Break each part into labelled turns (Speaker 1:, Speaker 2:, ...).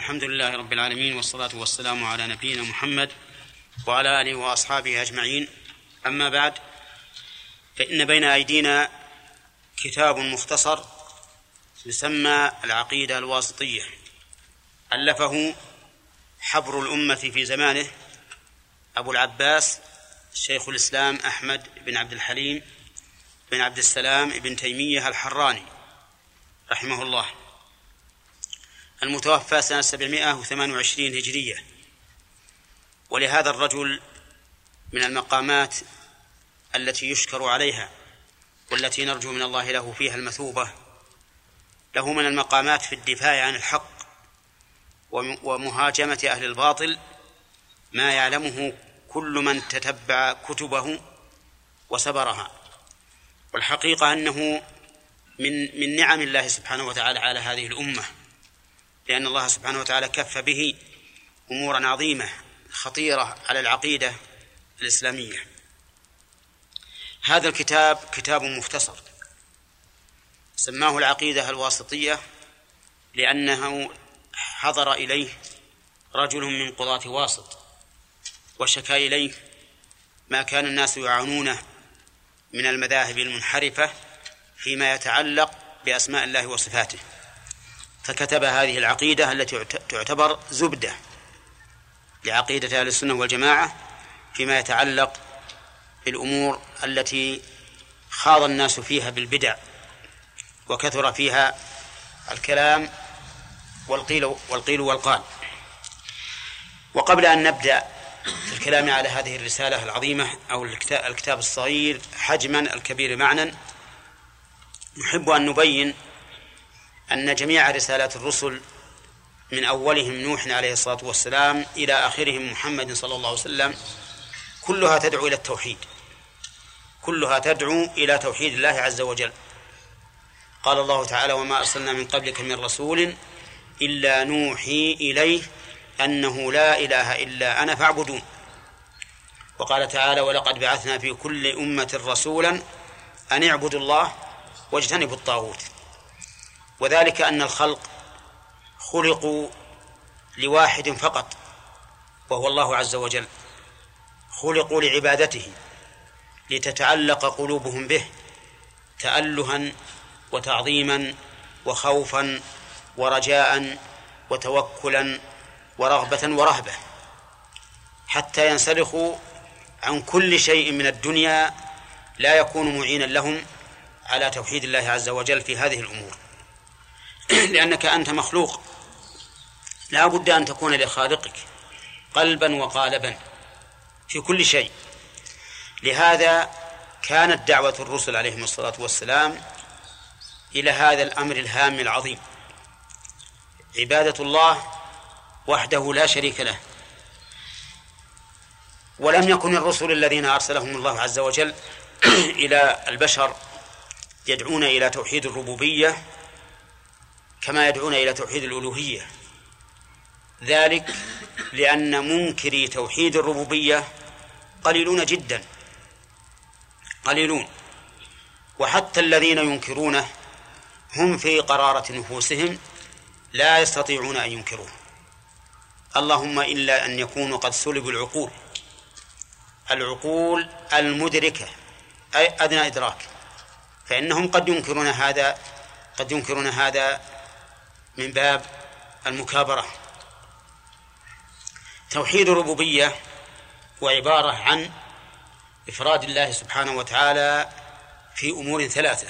Speaker 1: الحمد لله رب العالمين، والصلاة والسلام على نبينا محمد وعلى آله وأصحابه أجمعين. أما بعد، فإن بين أيدينا كتاب مختصر يسمى العقيدة الواسطية، ألفه حبر الأمة في زمانه أبو العباس شيخ الإسلام أحمد بن عبد الحليم بن عبد السلام بن تيمية الحراني رحمه الله، المتوفى سنة 728 هجرية. ولهذا الرجل من المقامات التي يشكر عليها والتي نرجو من الله له فيها المثوبة، له من المقامات في الدفاع عن الحق ومهاجمة أهل الباطل ما يعلمه كل من تتبع كتبه وسبرها. والحقيقة أنه من نعم الله سبحانه وتعالى على هذه الأمة، لأن الله سبحانه وتعالى كف به أمورا عظيمة خطيرة على العقيدة الإسلامية. هذا الكتاب كتاب مختصر سماه العقيدة الواسطية لأنه حضر إليه رجل من قضاة واسط وشكى إليه ما كان الناس يعانونه من المذاهب المنحرفة فيما يتعلق بأسماء الله وصفاته، فكتب هذه العقيدة التي تعتبر زبدة لعقيدة أهل السنة والجماعة فيما يتعلق بالأمور التي خاض الناس فيها بالبدع وكثر فيها الكلام والقيل والقال. وقبل أن نبدأ في الكلام على هذه الرسالة العظيمة أو الكتاب الصغير حجما الكبير معنى، نحب أن نبين أن جميع رسالات الرسل من أولهم نوح عليه الصلاة والسلام إلى آخرهم محمد صلى الله عليه وسلم كلها تدعو إلى التوحيد، كلها تدعو إلى توحيد الله عز وجل. قال الله تعالى: وما أرسلنا من قبلك من رسول إلا نوحي إليه أنه لا إله إلا أنا فاعبدون. وقال تعالى: ولقد بعثنا في كل أمة رسولا أن اعبدوا الله واجتنبوا الطاغوت. وذلك أن الخلق خلقوا لواحد فقط وهو الله عز وجل، خلقوا لعبادته لتتعلق قلوبهم به تألها وتعظيما وخوفا ورجاء وتوكلا ورغبة ورهبة، حتى ينسلخوا عن كل شيء من الدنيا لا يكون معينا لهم على توحيد الله عز وجل في هذه الأمور. لأنك أنت مخلوق لا بد أن تكون لخالقك قلبا وقالبا في كل شيء. لهذا كانت دعوة الرسل عليهم الصلاة والسلام إلى هذا الأمر الهام العظيم، عبادة الله وحده لا شريك له. ولم يكن الرسل الذين أرسلهم الله عز وجل إلى البشر يدعون إلى توحيد الربوبية كما يدعون إلى توحيد الألوهية، ذلك لأن منكري توحيد الربوبية قليلون جدا، قليلون، وحتى الذين ينكرونه هم في قرارة نفوسهم لا يستطيعون أن ينكروه، اللهم إلا أن يكونوا قد سلبوا العقول المدركة أي أدنى إدراك، فإنهم قد ينكرون هذا من باب المكابرة. توحيد الربوبية وعبارة عن إفراد الله سبحانه وتعالى في أمور ثلاثة: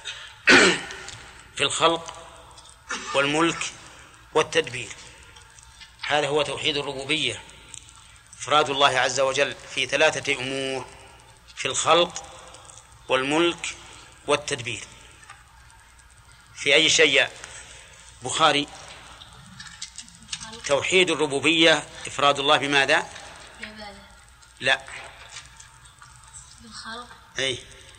Speaker 1: في الخلق والملك والتدبير. هذا هو توحيد الربوبية، إفراد الله عز وجل في ثلاثة أمور: في الخلق والملك والتدبير. في أي شيء بخاري؟ توحيد الربوبية إفراد الله بماذا؟ لا، بالخلق. أي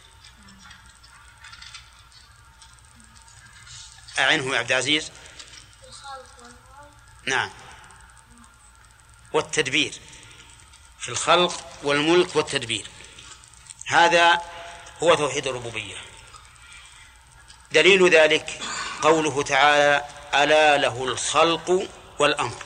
Speaker 1: أعنه يا عبد العزيز. نعم، والتدبير، في الخلق والملك والتدبير. هذا هو توحيد الربوبية. دليل ذلك قوله تعالى: ألا له الخلق والأمر.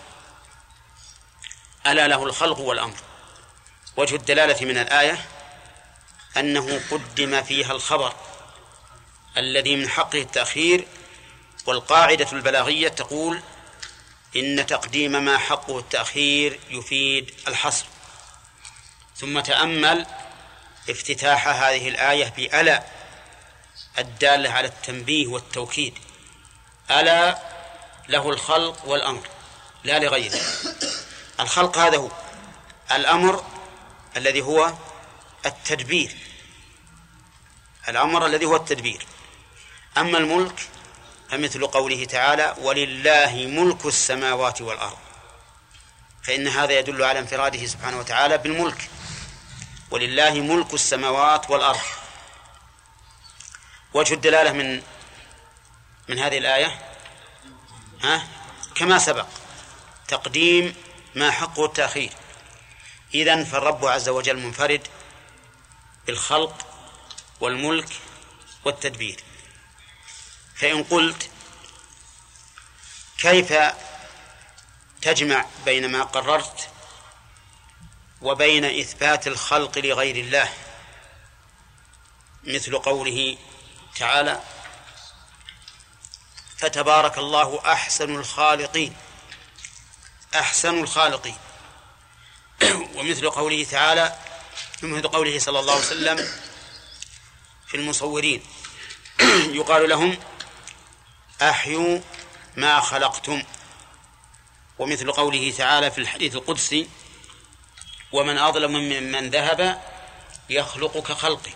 Speaker 1: ألا له الخلق والأمر. وجه الدلالة من الآية أنه قدم فيها الخبر الذي من حقه التأخير، والقاعدة البلاغية تقول إن تقديم ما حقه التأخير يفيد الحصر. ثم تأمل افتتاح هذه الآية بألا الدالة على التنبيه والتوكيد. ألا له الخلق والأمر لا لغيره. الخلق هذا هو، الأمر الذي هو التدبير، الأمر الذي هو التدبير. أما الملك فمثل قوله تعالى ولله ملك السماوات والأرض، فإن هذا يدل على انفراده سبحانه وتعالى بالملك، ولله ملك السماوات والأرض. وجه الدلالة من هذه الآية كما سبق تقديم ما حقه التأخير. إذن فالرب عز وجل منفرد بالخلق والملك والتدبير. فإن قلت كيف تجمع بين ما قررت وبين إثبات الخلق لغير الله، مثل قوله تعالى فتبارك الله أحسن الخالقين، أحسن الخالقين. ومثل قوله تعالى، مثل قوله صلى الله عليه وسلم في المصورين يقال لهم أحيوا ما خلقتم. ومثل قوله تعالى في الحديث القدسي ومن أظلم ممن ذهب يخلق كخلقي.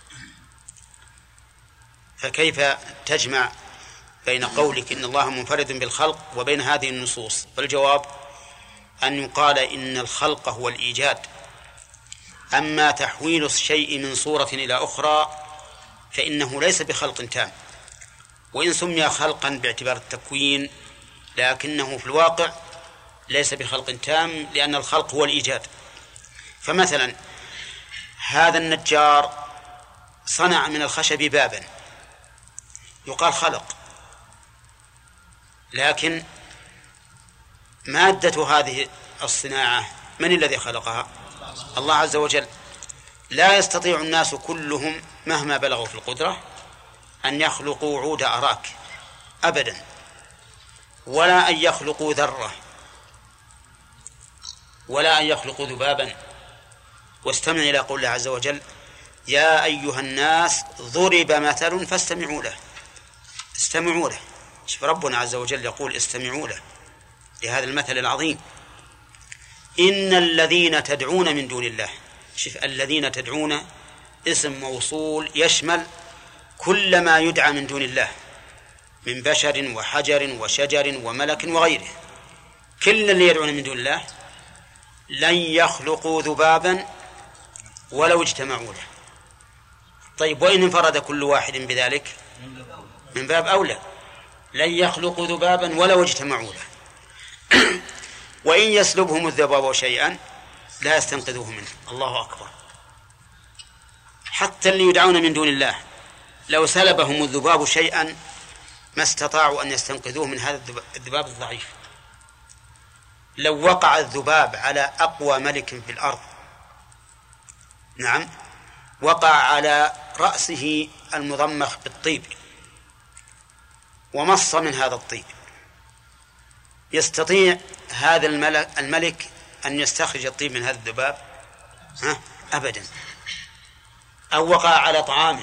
Speaker 1: فكيف تجمع بين قولك إن الله منفرد بالخلق وبين هذه النصوص؟ فالجواب أن يقال إن الخلق هو الإيجاد، أما تحويل الشيء من صورة إلى أخرى فإنه ليس بخلق تام، وإن سمي خلقا باعتبار التكوين لكنه في الواقع ليس بخلق تام، لأن الخلق هو الإيجاد. فمثلا هذا النجار صنع من الخشب بابا، يقال خلق، لكن مادة هذه الصناعة من الذي خلقها؟ الله عز وجل. لا يستطيع الناس كلهم مهما بلغوا في القدرة أن يخلقوا عود أراك أبدا، ولا أن يخلقوا ذرة، ولا أن يخلقوا ذبابا. واستمع إلى قول الله عز وجل يا أيها الناس ضرب مثل فاستمعوا له. استمعوا له. شوف ربنا عز وجل يقول استمعوا له لهذا المثل العظيم. إن الذين تدعون من دون الله، شوف الذين تدعون اسم موصول يشمل كل ما يدعى من دون الله من بشر وحجر وشجر وملك وغيره، كل اللي يدعون من دون الله لن يخلقوا ذبابا ولو اجتمعوا له. طيب وإن انفرد كل واحد بذلك من باب أولى، لن يخلقوا ذبابا ولو اجتمعوا له. وإن يسلبهم الذباب شيئا لا يستنقذوه منه. الله أكبر. حتى اللي يدعون من دون الله لو سلبهم الذباب شيئا ما استطاعوا أن يستنقذوه من هذا الذباب الضعيف. لو وقع الذباب على أقوى ملك في الأرض، نعم، وقع على رأسه المضمخ بالطيب ومص من هذا الطيب، يستطيع هذا الملك أن يستخرج الطيب من هذا الذباب؟ أبدا. أو وقع على طعامه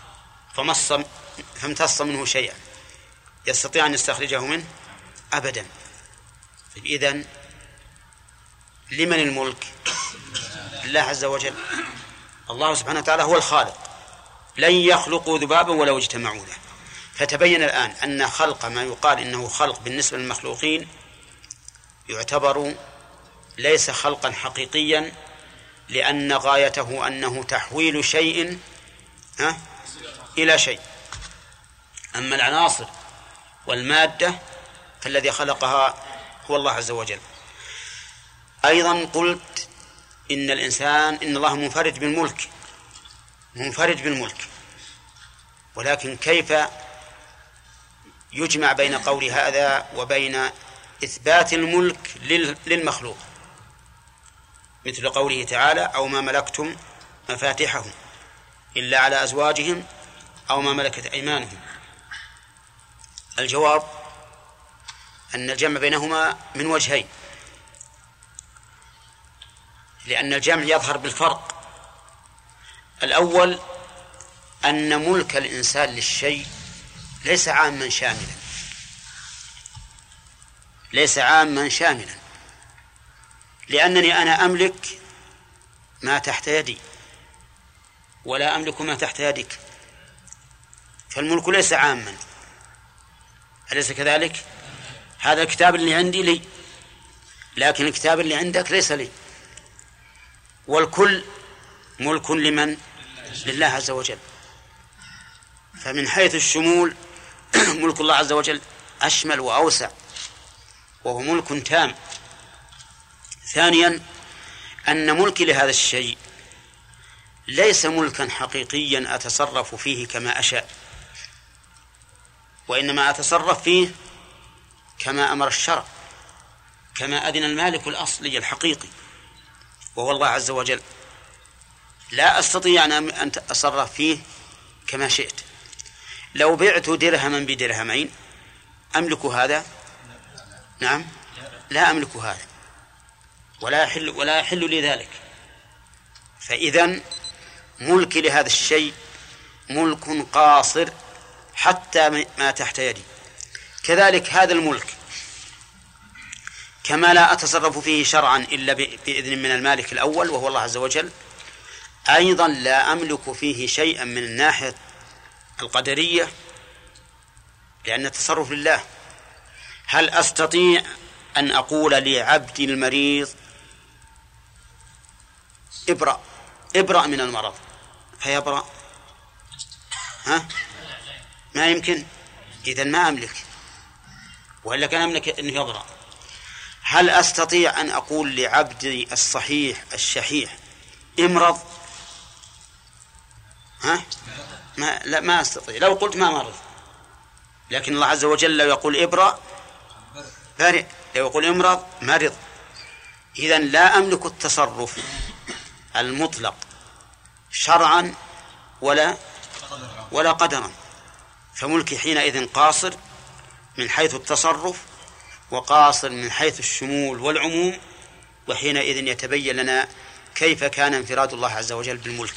Speaker 1: فامتص منه شيئا، يستطيع أن يستخرجه منه؟ أبدا. إذن لمن الملك؟ الله عز وجل. الله سبحانه وتعالى هو الخالق، لن يخلقوا ذبابا ولو اجتمعوا له. فتبين الآن أن خلق ما يقال إنه خلق بالنسبة للمخلوقين يعتبر ليس خلقا حقيقيا، لأن غايته أنه تحويل شيء إلى شيء. أما العناصر والمادة فالذي خلقها هو الله عز وجل. أيضا قلت إن الله منفرد بالملك، منفرد بالملك، ولكن كيف يجمع بين قول هذا وبين إثبات الملك للمخلوق، مثل قوله تعالى: أو ما ملكتم مفاتحهم إلا على أزواجهم أو ما ملكت أيمانهم. الجواب أن الجمع بينهما من وجهين، لأن الجمع يظهر بالفرق. الأول أن ملك الإنسان للشيء ليس عاما شاملا، ليس عاما شاملا، لأنني أنا أملك ما تحت يدي ولا أملك ما تحت يدك، فالملك ليس عاما، أليس كذلك؟ هذا الكتاب اللي عندي لي، لكن الكتاب اللي عندك ليس لي. والكل ملك لمن؟ لله عز وجل. فمن حيث الشمول ملك الله عز وجل أشمل وأوسع، وهو ملك تام. ثانيا أن ملكي لهذا الشيء ليس ملكا حقيقيا أتصرف فيه كما أشاء، وإنما أتصرف فيه كما أمر الشرع، كما أذن المالك الأصلي الحقيقي وهو الله عز وجل. لا أستطيع أن أتصرف فيه كما شئت. لو بعت درهما بدرهمين أملك هذا؟ نعم، لا أملك هذا، ولا يحل لي ذلك. فإذن ملكي لهذا الشيء ملك قاصر حتى ما تحت يدي. كذلك هذا الملك كما لا أتصرف فيه شرعا إلا بإذن من المالك الأول وهو الله عز وجل، أيضا لا أملك فيه شيئا من الناحية القدرية، لأن التصرف لله. هل أستطيع أن أقول لعبدي المريض ابرأ من المرض فيبرأ؟ ما يمكن. إذن ما أملك، وإلا كان أملك أنه يبرأ. هل أستطيع أن أقول لعبدي الصحيح الشحيح امرض؟ لا، ما أستطيع. لو قلت ما مرض، لكن الله عز وجل لو يقول ابرأ برئ، لو يقول امرض مرض. إذن لا أملك التصرف المطلق شرعا ولا قدرا، فملكي حينئذ قاصر من حيث التصرف وقاصر من حيث الشمول والعموم، وحينئذ يتبين لنا كيف كان انفراد الله عز وجل بالملك.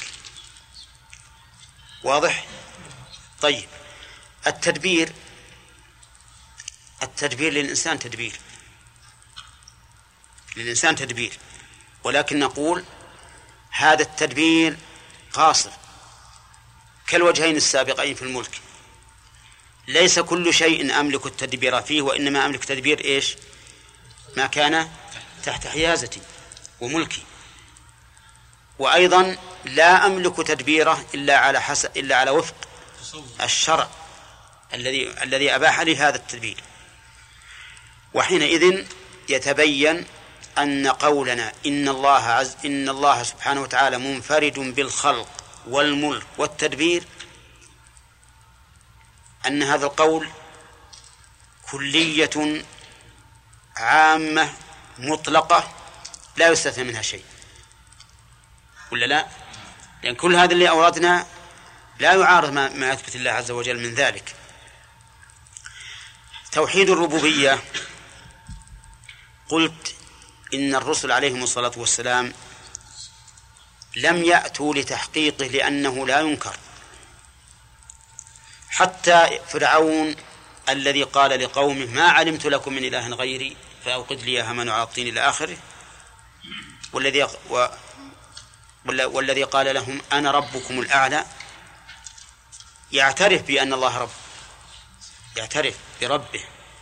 Speaker 1: واضح؟ طيب، التدبير للإنسان تدبير، ولكن نقول هذا التدبير قاصر كالوجهين السابقين في الملك. ليس كل شيء أملك التدبير فيه، وإنما أملك تدبير إيش؟ ما كان تحت حيازتي وملكي. وأيضا لا أملك تدبيره إلا على وفق الشرع الذي أباح لي هذا التدبير. وحينئذ يتبين أن قولنا إن الله سبحانه وتعالى منفرد بالخلق والملك والتدبير، أن هذا القول كلية عامة مطلقة لا يستثنى منها شيء، ولا لا؟ لأن كل هذا اللي أوردنا لا يعارض ما يثبت الله عز وجل من ذلك. توحيد الربوبية، قلت إن الرسل عليهم الصلاة والسلام لم يأتوا لتحقيقه لأنه لا ينكر. حتى فرعون الذي قال لقومه ما علمت لكم من إله غيري فأوقد لي هامان على الطين إلى آخره، والذي قال لهم أنا ربكم الأعلى، يعترف بأن الله رب، يعترف بربه.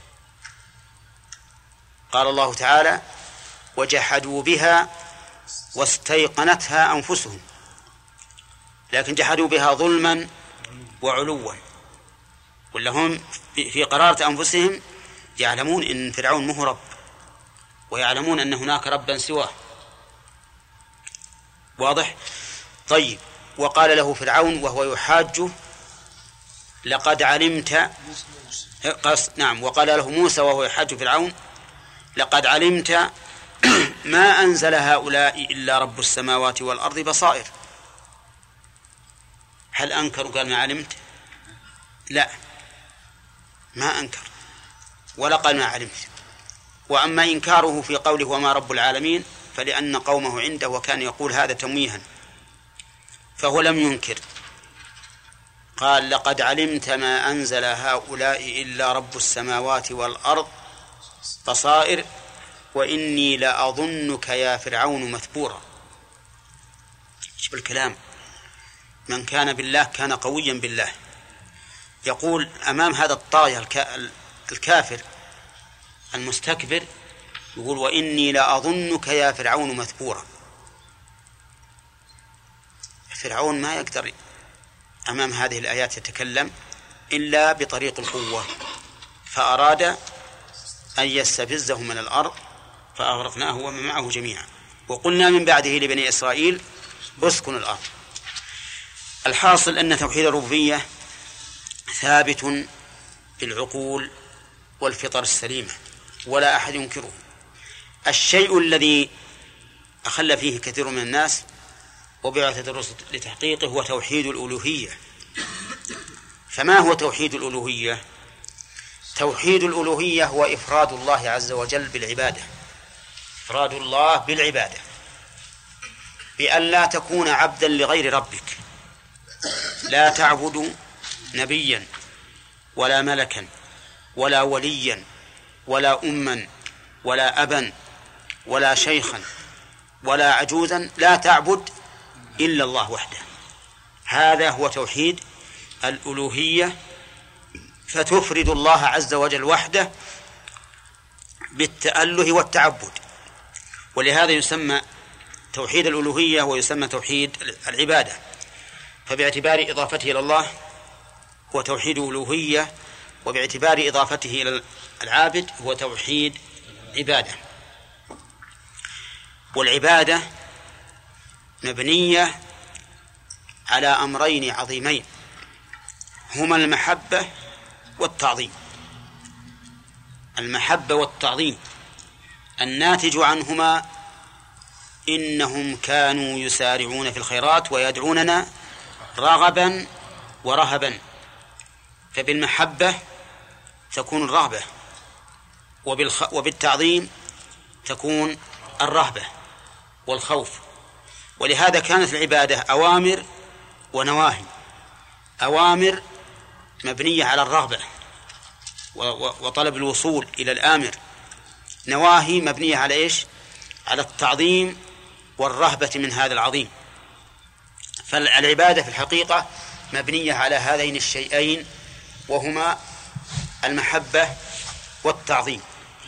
Speaker 1: قال الله تعالى وجحدوا بها واستيقنتها أنفسهم، لكن جحدوا بها ظلما وعلوا، ولا هم في قرارة أنفسهم يعلمون إن فرعون مه رب، ويعلمون أن هناك ربا سواه. واضح؟ طيب، وقال له فرعون وهو يحاجه لقد علمت نعم، وقال له موسى وهو يحاج فرعون لقد علمت ما أنزل هؤلاء إلا رب السماوات والأرض بصائر. هل أنكر قال ما علمت؟ لا، ما أنكر ولا قال ما علمت. وأما إنكاره في قوله وما رب العالمين فلأن قومه عنده وكان يقول هذا تمويها، فهو لم ينكر، قال لقد علمت ما أنزل هؤلاء إلا رب السماوات والأرض بصائر وإني لأظنك يا فرعون مثبورا. شوف الكلام، من كان بالله كان قويا بالله. يقول أمام هذا الطاغية الكافر المستكبر، يقول وإني لأظنك يا فرعون مثبورا. فرعون ما يقدر أمام هذه الآيات يتكلم إلا بطريق القوة، فأراد أن يستفزه من الأرض فأغرقناه ومن معه جميعا. وقلنا من بعده لبني إسرائيل اسكنوا الأرض. الحاصل أن توحيد الربوبية ثابت بالعقول والفطر السليمة ولا أحد ينكره. الشيء الذي أخل فيه كثير من الناس وبعثة الرسل لتحقيقه هو توحيد الألوهية. فما هو توحيد الألوهية؟ توحيد الألوهية هو إفراد الله عز وجل بالعبادة، إفراد الله بالعبادة، بأن لا تكون عبدا لغير ربك، لا تعبد نبيا ولا ملكا ولا وليا ولا أما ولا أبا ولا شيخا ولا عجوزا، لا تعبد إلا الله وحده. هذا هو توحيد الألوهية، فتفرد الله عز وجل وحده بالتأله والتعبد. ولهذا يسمى توحيد الألوهية ويسمى توحيد العبادة، فباعتبار إضافته إلى الله هو توحيد ألوهية، وباعتبار إضافته إلى العابد هو توحيد عبادة. والعبادة مبنية على أمرين عظيمين هما المحبة والتعظيم. المحبة والتعظيم الناتج عنهما إنهم كانوا يسارعون في الخيرات ويدعوننا رغبا ورهبا. فبالمحبة تكون الرغبة، وبالتعظيم تكون الرهبة والخوف. ولهذا كانت العبادة أوامر ونواهي. أوامر مبنية على الرغبة وطلب الوصول إلى الآمر، نواهي مبنية على إيش؟ على التعظيم والرهبة من هذا العظيم. فالعبادة في الحقيقة مبنية على هذين الشيئين وهما المحبة والتعظيم.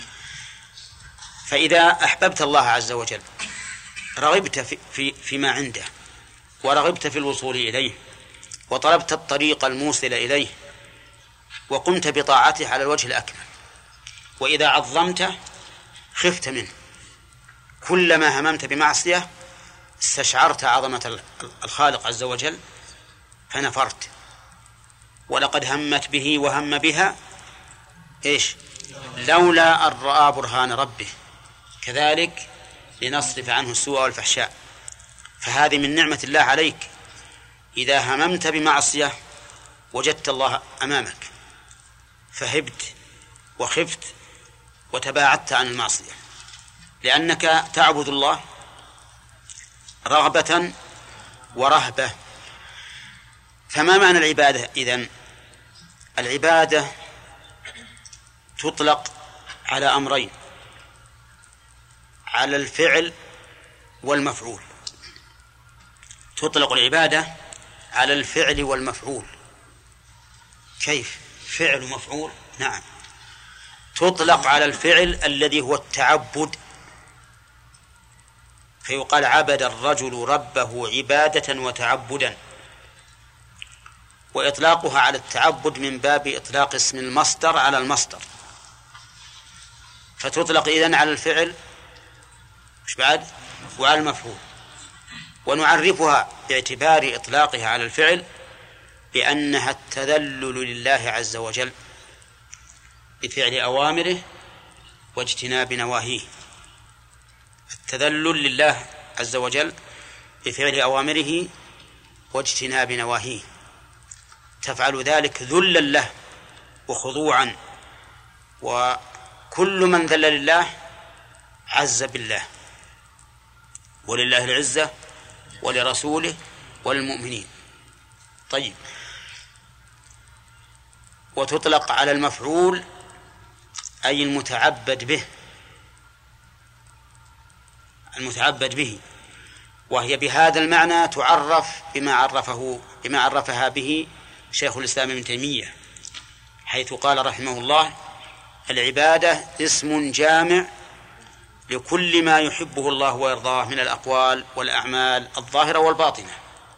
Speaker 1: فإذا أحببت الله عز وجل رغبت فيما عنده، ورغبت في الوصول إليه، وطلبت الطريق الموصل إليه، وقمت بطاعته على الوجه الأكمل. وإذا عظمته خفت منه، كلما هممت بمعصية استشعرت عظمة الخالق عز وجل فنفرت. ولقد همت به وهم بها إيش؟ لولا أن رأى برهان ربه كذلك لنصرف عنه السوء والفحشاء. فهذه من نعمة الله عليك، إذا هممت بمعصية وجدت الله أمامك فهبت وخفت وتباعدت عن المعصية، لأنك تعبد الله رغبة ورهبة. فما معنى العبادة إذن؟ العبادة تطلق على أمرين: على الفعل والمفعول. تطلق العبادة على الفعل والمفعول. كيف؟ فعل ومفعول؟ نعم، تطلق على الفعل الذي هو التعبد، فيقال عبد الرجل ربه عبادة وتعبدا. وإطلاقها على التعبد من باب إطلاق اسم المصدر على المصدر، فتطلق إذن على الفعل مش بعد وعلى المفعول. ونعرفها باعتبار إطلاقها على الفعل بأنها التذلل لله عز وجل بفعل أوامره واجتناب نواهيه. التذلل لله عز وجل بفعل أوامره واجتناب نواهيه، تفعل ذلك ذلا له وخضوعا، وكل من ذل لله عز بالله، ولله العزة ولرسوله وللمؤمنين. طيب، وتطلق على المفعول أي المتعبد به، المتعبد به، وهي بهذا المعنى تعرف بما عرفها به شيخ الإسلام ابن تيمية، حيث قال رحمه الله: العبادة اسم جامع لكل ما يحبه الله ويرضاه من الأقوال والأعمال الظاهرة والباطنة.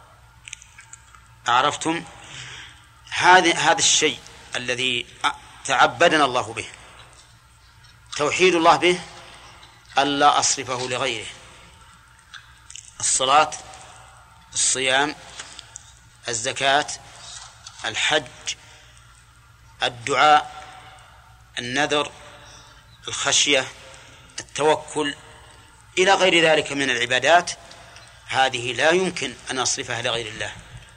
Speaker 1: عرفتم؟ هذا الشيء الذي تعبدنا الله به، توحيد الله به ألا أصرفه لغيره: الصلاة، الصيام، الزكاة، الحج، الدعاء، النذر، الخشية، التوكل، إلى غير ذلك من العبادات. هذه لا يمكن أن أصرفها لغير الله،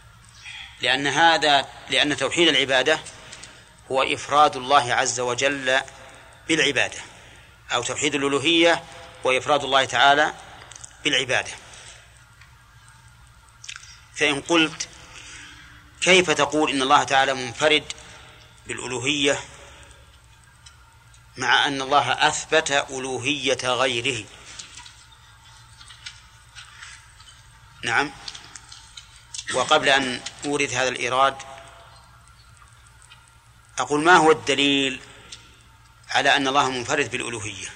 Speaker 1: لأن توحيد العبادة هو إفراد الله عز وجل بالعبادة، أو توحيد الألوهية وإفراد الله تعالى بالعبادة. فإن قلت: كيف تقول إن الله تعالى منفرد بالألوهية مع أن الله أثبت ألوهية غيره؟ نعم. وقبل أن أورد هذا الإيراد أقول: ما هو الدليل على أن الله منفرد بالألوهية؟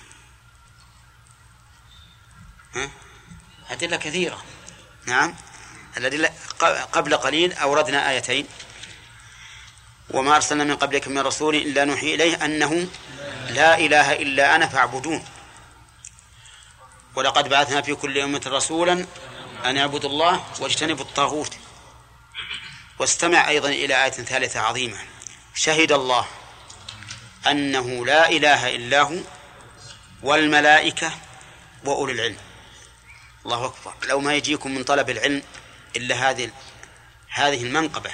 Speaker 1: أدلة كثيرة. نعم، الأدلة قبل قليل أوردنا آيتين: وما أرسلنا من قبلك من رسول إلا نوحي إليه أنه لا إله إلا أنا فاعبدون، ولقد بعثنا في كل أمة رسولا أن يعبدوا الله واجتنبوا الطاغوت. واستمع أيضا إلى آية ثالثة عظيمة: شهد الله أنه لا إله إلا هو والملائكة وأولي العلم. الله أكبر، لو ما يجيكم من طلب العلم إلا هذه المنقبة.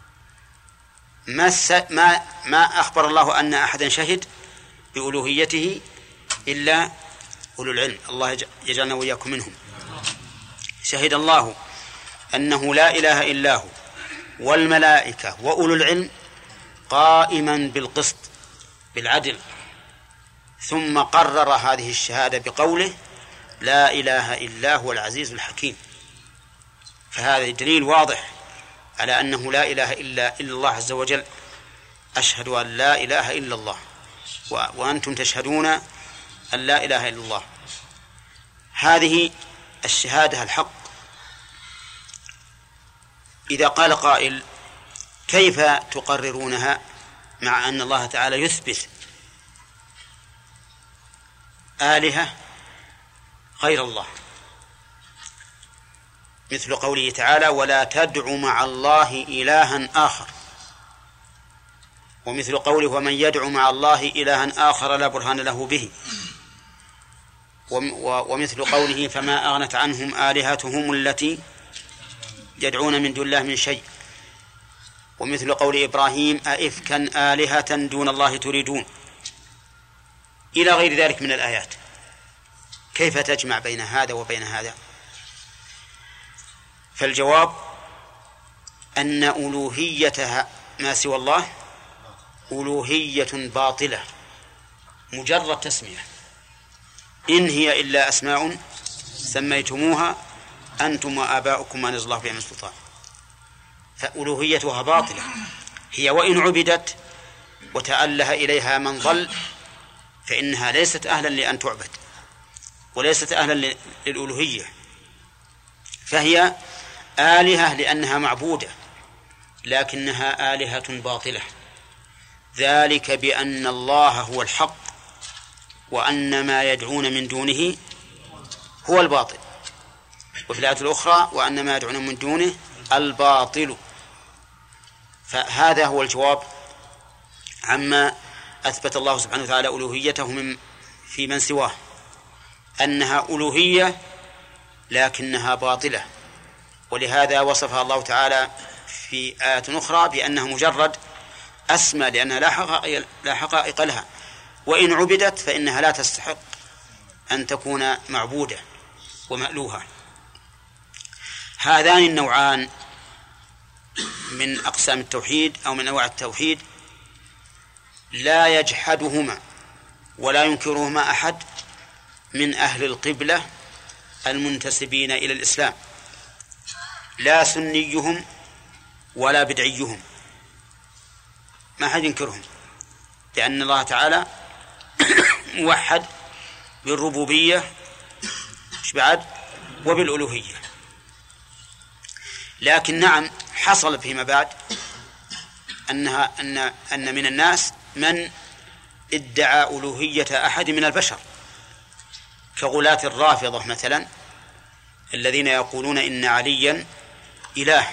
Speaker 1: ما أخبر الله أن أحدا شهد بألوهيته إلا أولو العلم. الله يجعلنا وإياكم منهم. شهد الله أنه لا إله إلا هو والملائكة وأولو العلم قائما بالقسط بالعدل، ثم قرر هذه الشهادة بقوله: لا إله إلا هو العزيز الحكيم. فهذا دليل واضح على أنه لا إله إلا الله عز وجل. أشهد أن لا إله إلا الله وأنتم تشهدون أن لا إله إلا الله. هذه الشهادة الحق. إذا قال قائل: كيف تقررونها مع أن الله تعالى يثبت آلهة غير الله، مثل قوله تعالى: ولا تدع مع الله إلها آخر، ومثل قوله: ومن يدع مع الله إلها آخر لا برهان له به، ومثل قوله: فما أغنت عنهم آلهتهم التي يدعون من دون الله من شيء، ومثل قول إبراهيم: أئفكا آلهة دون الله تريدون، إلى غير ذلك من الآيات. كيف تجمع بين هذا وبين هذا؟ فالجواب أن ألوهيتها ما سوى الله ألوهية باطلة مجرد تسمية، إن هي إلا أسماء سميتموها أنتم وآباؤكم ما نزل الله بها من سلطان. فألوهيتها باطلة هي، وإن عبدت وتأله إليها من ضل فإنها ليست أهلا لأن تعبد وليست أهلا للألوهية، فهي آلهة لأنها معبودة لكنها آلهة باطلة. ذلك بأن الله هو الحق وأن ما يدعون من دونه هو الباطل، وفي الآية الأخرى: وأن ما يدعون من دونه الباطل. فهذا هو الجواب عما أثبت الله سبحانه وتعالى ألوهيته في من سواه أنها ألوهية لكنها باطلة، ولهذا وصفها الله تعالى في آيات أخرى بأنها مجرد أسمى لأنها لا حقائق لها، وإن عبدت فإنها لا تستحق أن تكون معبودة ومألوهة. هذان النوعان من أقسام التوحيد أو من أنواع التوحيد لا يجحدهما ولا ينكرهما أحد من أهل القبلة المنتسبين إلى الإسلام، لا سنيهم ولا بدعيهم، ما أحد ينكرهم، لأن الله تعالى موحد بالربوبية بعد وبالألوهية. لكن نعم حصل فيما بعد أن من الناس من ادعى ألوهية أحد من البشر كغلاة الرافضة مثلا، الذين يقولون إن عليا إله،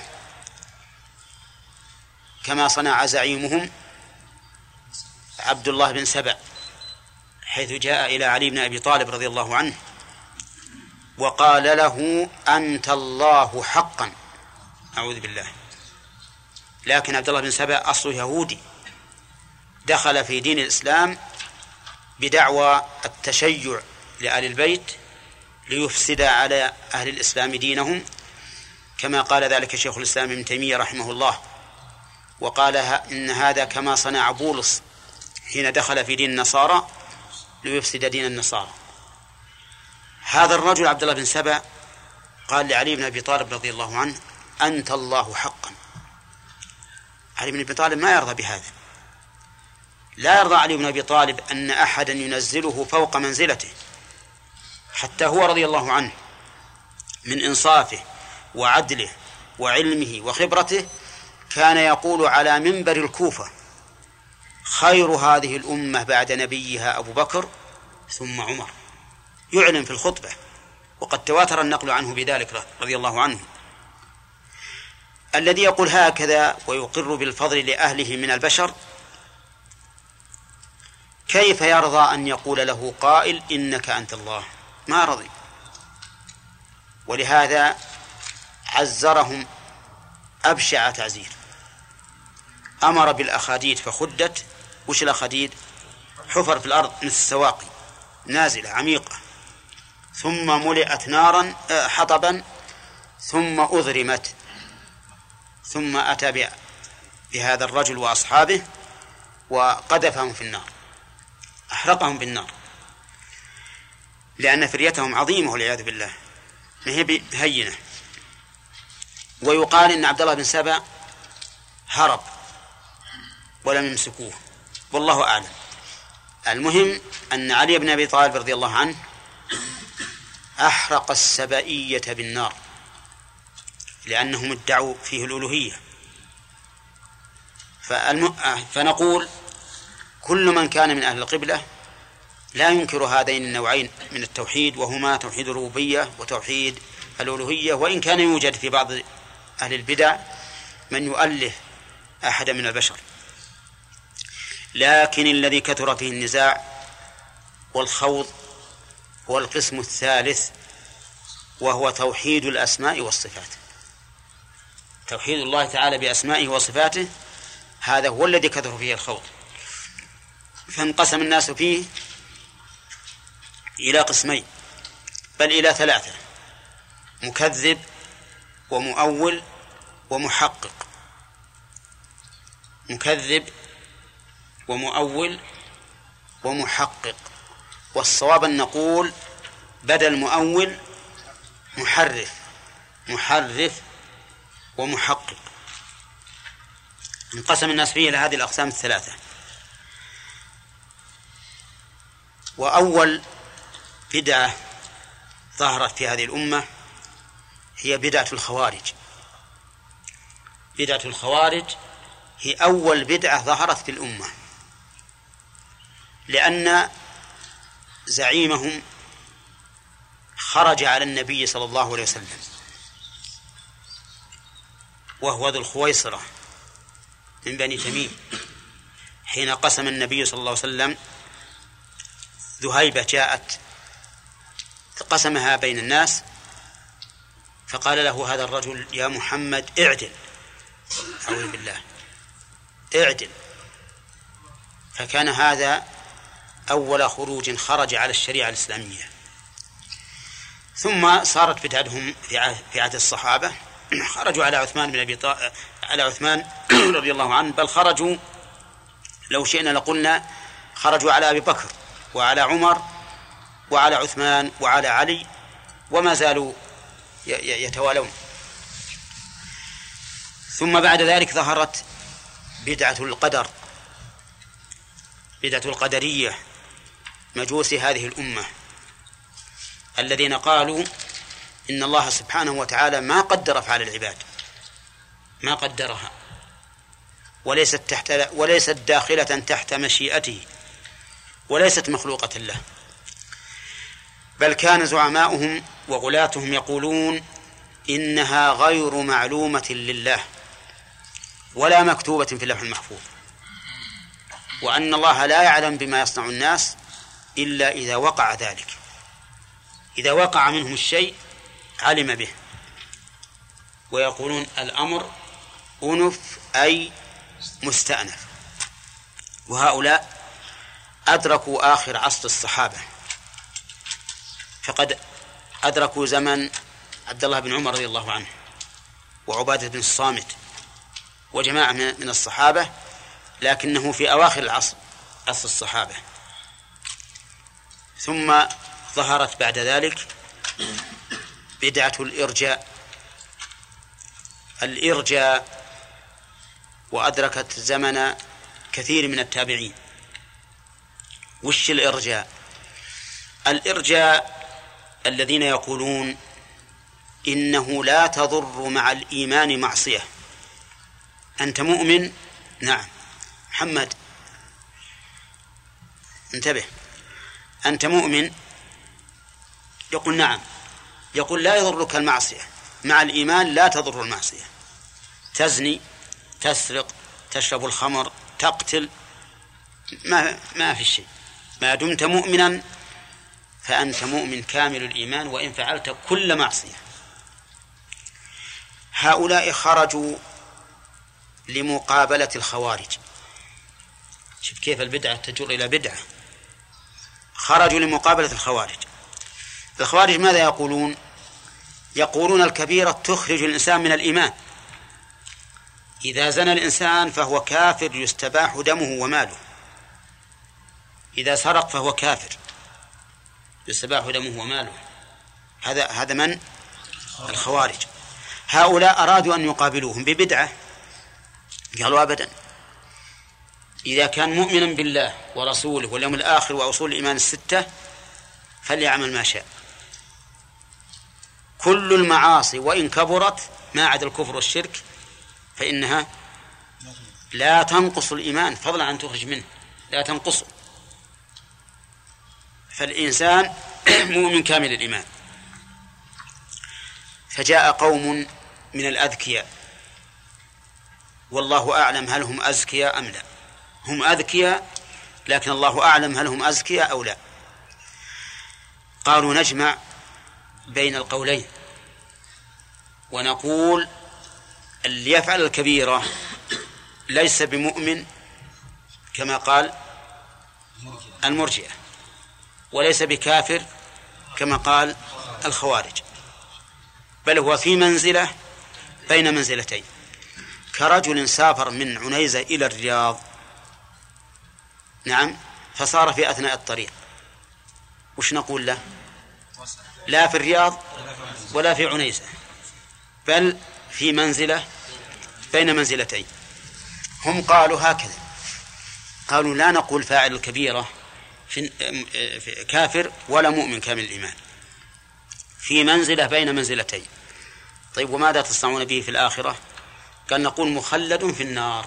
Speaker 1: كما صنع زعيمهم عبد الله بن سبأ، حيث جاء إلى علي بن أبي طالب رضي الله عنه وقال له أنت الله حقا، أعوذ بالله. لكن عبد الله بن سبأ أصله يهودي، دخل في دين الإسلام بدعوى التشيع لآل البيت ليفسد على أهل الإسلام دينهم، كما قال ذلك شيخ الإسلام ابن تيمية رحمه الله، وقال إن هذا كما صنع بولس حين دخل في دين النصارى ليفسد دين النصارى. هذا الرجل عبد الله بن سبأ قال لعلي بن أبي طالب رضي الله عنه أنت الله حقا. علي بن أبي طالب ما يرضى بهذا، لا يرضى علي بن أبي طالب أن أحدا ينزله فوق منزلته، حتى هو رضي الله عنه من إنصافه وعدله وعلمه وخبرته كان يقول على منبر الكوفة خير هذه الأمة بعد نبيها أبو بكر ثم عمر، يعلن في الخطبة، وقد تواتر النقل عنه بذلك رضي الله عنه. الذي يقول هكذا ويقر بالفضل لأهله من البشر كيف يرضى أن يقول له قائل إنك أنت الله؟ ما رضي. ولهذا عزرهم أبشع تعزير، أمر بالأخاديد فخدت. وش الأخاديد؟ حفر في الأرض مثل السواقي نازلة عميقة، ثم ملئت نارا حطبا، ثم أضرمت، ثم أتى بهذا الرجل وأصحابه وقذفهم في النار، أحرقهم بالنار، لأن فريتهم عظيمة والعياذ بالله، ما هي هينة. ويقال إن عبد الله بن سبأ هرب ولم يمسكوه، والله أعلم. المهم أن علي بن أبي طالب رضي الله عنه أحرق السبائية بالنار لأنهم ادعوا فيه الألوهية. فنقول كل من كان من أهل القبلة لا ينكر هذين النوعين من التوحيد، وهما توحيد الربوبية وتوحيد الألوهية، وإن كان يوجد في بعض أهل البدع من يؤله أحد من البشر. لكن الذي كثر فيه النزاع والخوض هو القسم الثالث، وهو توحيد الأسماء والصفات. توحيد الله تعالى بأسمائه وصفاته، هذا هو الذي كثر فيه الخوض. فانقسم الناس فيه إلى قسمين، بل إلى ثلاثة: مكذب ومؤول ومحقق. مكذب ومؤول ومحقق، والصواب أن نقول بدل مؤول محرف ومحقق. انقسم الناس فيه إلى هذه الأقسام الثلاثة. وأول بدعة ظهرت في هذه الأمة هي بدعة الخوارج. بدعة الخوارج هي أول بدعة ظهرت في الأمة، لأن زعيمهم خرج على النبي صلى الله عليه وسلم، وهو ذو الخويصرة من بني تميم، حين قسم النبي صلى الله عليه وسلم ذهيبة جاءت قسمها بين الناس، فقال له هذا الرجل يا محمد اعدل، أعوذ بالله، اعدل. فكان هذا أول خروج خرج على الشريعة الإسلامية. ثم صارت بدعتهم في عهد الصحابة، خرجوا على عثمان بن أبي طالب، على عثمان رضي الله عنه، بل خرجوا لو شئنا لقلنا خرجوا على أبي بكر وعلى عمر وعلى عثمان وعلى علي، وما زالوا يتوالون. ثم بعد ذلك ظهرت بدعة القدر، بدعة القدرية، مجوس هذه الأمة الذين قالوا إن الله سبحانه وتعالى ما قدر أفعال العباد، ما قدرها، وليست داخلة تحت مشيئته، وليست مخلوقة له، بل كان زعماؤهم وغلاتهم يقولون إنها غير معلومة لله ولا مكتوبة في اللوح المحفوظ، وأن الله لا يعلم بما يصنع الناس إلا إذا وقع ذلك، إذا وقع منهم الشيء علم به. ويقولون الأمر أنف أي مستأنف. وهؤلاء أدركوا آخر عصر الصحابة، فقد أدركوا زمن عبد الله بن عمر رضي الله عنه وعبادة بن الصامت وجماعة من الصحابة، لكنه في أواخر العصر، عصر الصحابة. ثم ظهرت بعد ذلك بدعة الإرجاء، وأدركت زمن كثير من التابعين. وش الإرجاء؟ الإرجاء الذين يقولون إنه لا تضر مع الإيمان معصية. أنت مؤمن؟ نعم. محمد انتبه، أنت مؤمن؟ يقول نعم. يقول لا يضرك المعصية، مع الإيمان لا تضر المعصية. تزني، تسرق، تشرب الخمر، تقتل، ما في شيء، ما دمت مؤمنا فأنت مؤمن كامل الإيمان وإن فعلت كل معصية. هؤلاء خرجوا لمقابلة الخوارج. شوف كيف البدعة تجر إلى بدعة. خرجوا لمقابلة الخوارج. الخوارج ماذا يقولون؟ يقولون الكبيرة تخرج الإنسان من الإيمان. إذا زنى الإنسان فهو كافر يستباح دمه وماله، إذا سرق فهو كافر يستباح دمه وماله. هذا من؟ الخوارج. هؤلاء أرادوا أن يقابلوهم ببدعة، قالوا أبدا، إذا كان مؤمنا بالله ورسوله واليوم الآخر وأصول الإيمان الستة فليعمل ما شاء. كل المعاصي وإن كبرت ما عدا الكفر والشرك فإنها لا تنقص الإيمان، فضلا عن تخرج منه، لا تنقصه. فالإنسان مؤمن كامل الإيمان. فجاء قوم من الأذكياء، والله أعلم هل هم أذكياء أم لا. هم أذكياء لكن الله أعلم هل هم أذكياء أو لا. قالوا نجمع بين القولين ونقول اللي يفعل الكبيرة ليس بمؤمن كما قال المرجئة، وليس بكافر كما قال الخوارج، بل هو في منزلة بين منزلتين، كرجل سافر من عنيزة إلى الرياض، نعم، فصار في أثناء الطريق، وش نقول له؟ لا في الرياض ولا في عنيزة، بل في منزلة بين منزلتين. هم قالوا هكذا، قالوا لا نقول فاعل الكبيرة في كافر ولا مؤمن كامل الإيمان، في منزلة بين منزلتين. طيب وماذا تصنعون به في الآخرة؟ قال نقول مخلد في النار.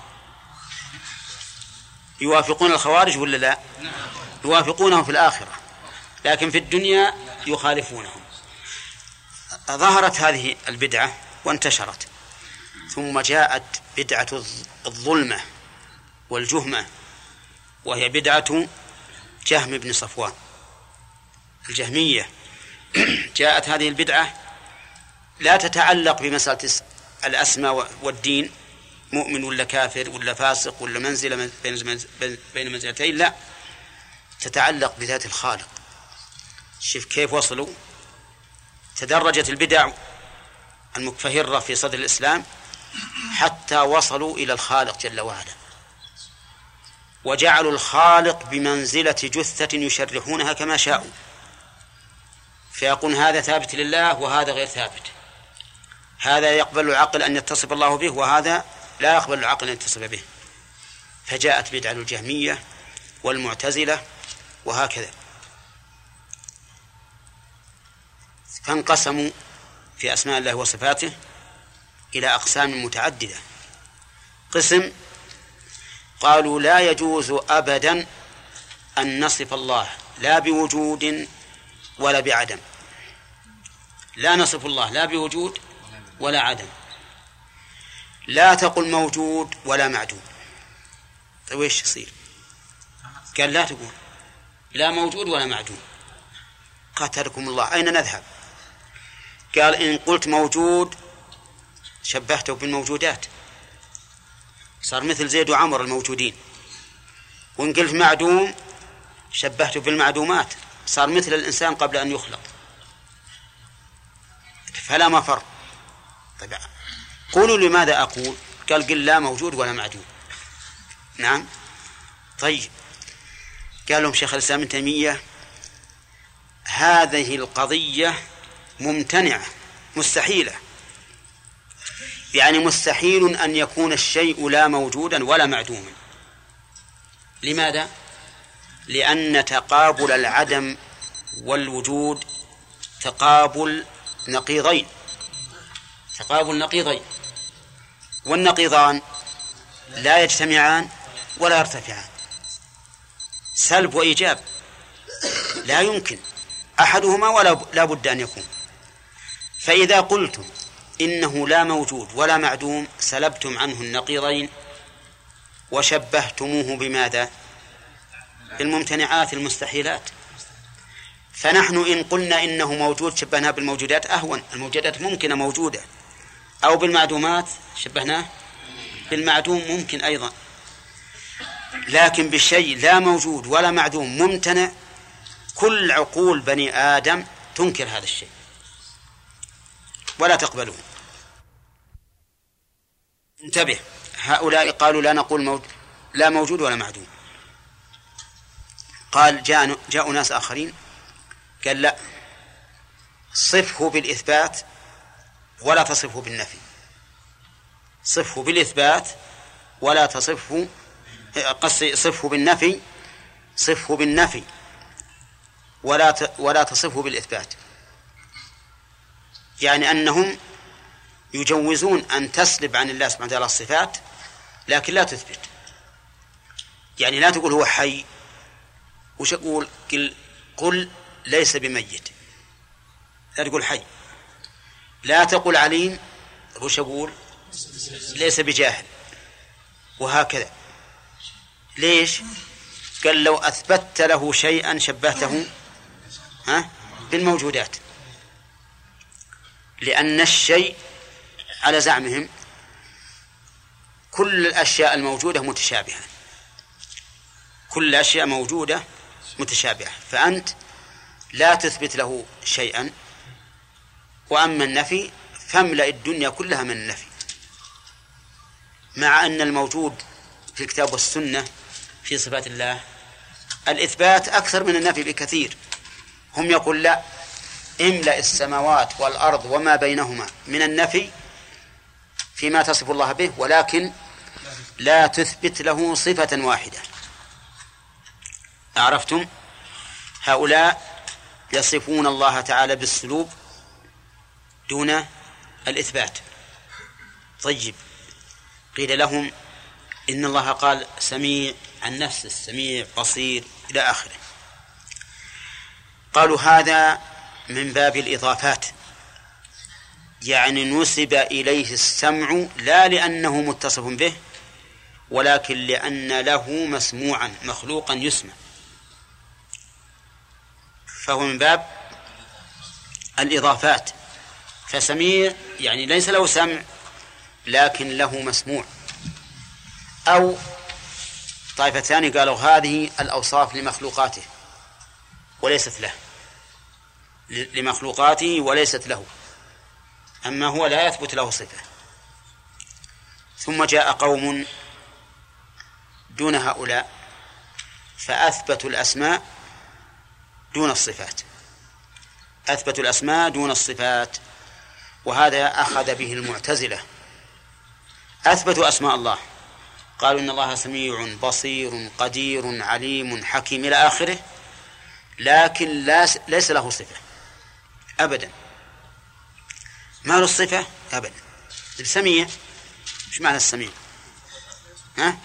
Speaker 1: يوافقون الخوارج ولا لا؟ يوافقونهم في الآخرة، لكن في الدنيا يخالفونهم. ظهرت هذه البدعة وانتشرت، ثم جاءت بدعة الظلمة والجهمة، وهي بدعة جهم بن صفوان الجهمية جاءت هذه البدعة لا تتعلق بمسألة الأسماء والدين، مؤمن ولا كافر ولا فاسق ولا منزلة بين منزلتين، لا، تتعلق بذات الخالق. شوف كيف وصلوا، تدرجت البدع المكفهرة في صدر الإسلام حتى وصلوا إلى الخالق جل وعلا، وجعلوا الخالق بمنزلة جثة يشرحونها كما شاءوا، فيقول هذا ثابت لله وهذا غير ثابت، هذا يقبل العقل أن يتصف الله به وهذا لا يقبل العقل أن يتصف به. فجاءت بدعة الجهمية والمعتزلة وهكذا، فانقسموا في أسماء الله وصفاته إلى أقسام متعددة. قسم قالوا لا يجوز أبدا أن نصف الله لا بوجود ولا بعدم، لا نصف الله لا بوجود ولا عدم، لا تقل موجود ولا معدوم. طيب ويش يصير؟ قال لا تقول لا موجود ولا معدوم. قاتلكم الله، أين نذهب؟ قال إن قلت موجود شبهته بالموجودات، صار مثل زيد وعمر الموجودين، وإن قلت معدوم شبهته بالمعدومات، صار مثل الإنسان قبل أن يخلق، فلا مفر. طيب قولوا لماذا أقول؟ قال لا موجود ولا معدوم. نعم. طيب قال لهم شيخ الإسلام ابن تيمية هذه القضية ممتنعة مستحيلة، يعني مستحيل أن يكون الشيء لا موجودا ولا معدوما. لماذا؟ لأن تقابل العدم والوجود تقابل نقيضين، تقابل نقيضين، والنقيضان لا يجتمعان ولا يرتفعان، سلب وإيجاب، لا يمكن أحدهما ولا لا بد أن يكون. فإذا قلتم إنه لا موجود ولا معدوم سلبتم عنه النقيضين وشبهتموه بماذا؟ بالممتنعات المستحيلات. فنحن إن قلنا إنه موجود شبهناه بالموجودات أهون، الموجودات ممكنة موجودة، أو بالمعدومات شبهناه بالمعدوم ممكن أيضا، لكن بالشيء لا موجود ولا معدوم ممتنع كل عقول بني آدم تنكر هذا الشيء ولا تقبله. انتبه، هؤلاء قالوا لا نقول لا موجود ولا معدوم. قال جاءوا ناس آخرين قال لا، صفه بالإثبات ولا تصفه بالنفي، صفه بالإثبات ولا تصفه، صفه بالنفي، صفه بالنفي ولا تصفه بالإثبات. يعني أنهم يجوزون أن تسلب عن الله سبحانه وتعالى الصفات لكن لا تثبت. يعني لا تقول هو حي، وش أقول؟ قل ليس بميت، لا تقول حي. لا تقول عليم، وش أقول؟ ليس بجاهل. وهكذا. ليش؟ قال لو أثبتت له شيئا شبهته بالموجودات، لأن الشيء على زعمهم كل الأشياء الموجودة متشابهة، كل الأشياء موجودة متشابهة، فأنت لا تثبت له شيئا. وأما النفي فاملأ الدنيا كلها من النفي، مع أن الموجود في الكتاب والسنة في صفات الله الإثبات أكثر من النفي بكثير. هم يقول لا، املأ السماوات والأرض وما بينهما من النفي فيما تصف الله به، ولكن لا تثبت له صفة واحدة. أعرفتم؟ هؤلاء يصفون الله تعالى بالسلوب دون الإثبات. طيب قيل لهم إن الله قال سميع عن نفسه، السميع بصير إلى آخره. قالوا هذا من باب الإضافات، يعني نسب إليه السمع لا لأنه متصف به، ولكن لأن له مسموعا مخلوقا يسمع. فهو من باب الإضافات. فسميع يعني ليس له سمع لكن له مسموع. أو طائفة ثانية قالوا هذه الأوصاف لمخلوقاته وليست له، لمخلوقاته وليست له، أما هو لا يثبت له صفة. ثم جاء قوم دون هؤلاء فأثبتوا الأسماء دون الصفات، أثبتوا الأسماء دون الصفات، وهذا أخذ به المعتزلة. أثبتوا أسماء الله، قالوا إن الله سميع بصير قدير عليم حكيم إلى آخره، لكن ليس له صفة أبدا، ما له الصفة أبدا. السميع وش معنى السميع؟ ها؟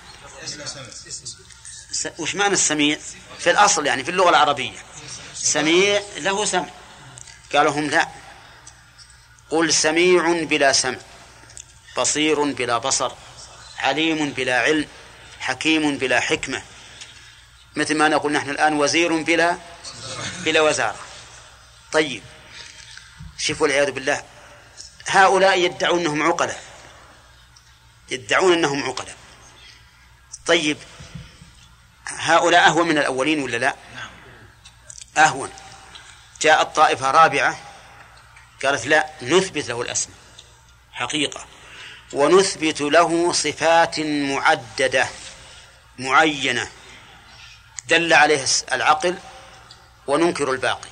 Speaker 1: وش معنى السميع في الأصل يعني في اللغة العربية؟ سميع له سمع. قالوا هم لا، قل سميع بلا سمع، بصير بلا بصر، عليم بلا علم، حكيم بلا حكمة، مثل ما نقول نحن الآن وزير بلا وزارة. طيب شوفوا والعياذ بالله، هؤلاء يدعون أنهم عقلاء، يدعون أنهم عقلاء. طيب هؤلاء أهون من الأولين ولا لا؟ أهون. جاءت طائفة رابعة قالت لا، نثبت له الأسماء حقيقة، ونثبت له صفات معددة معينة دل عليه العقل، وننكر الباقي.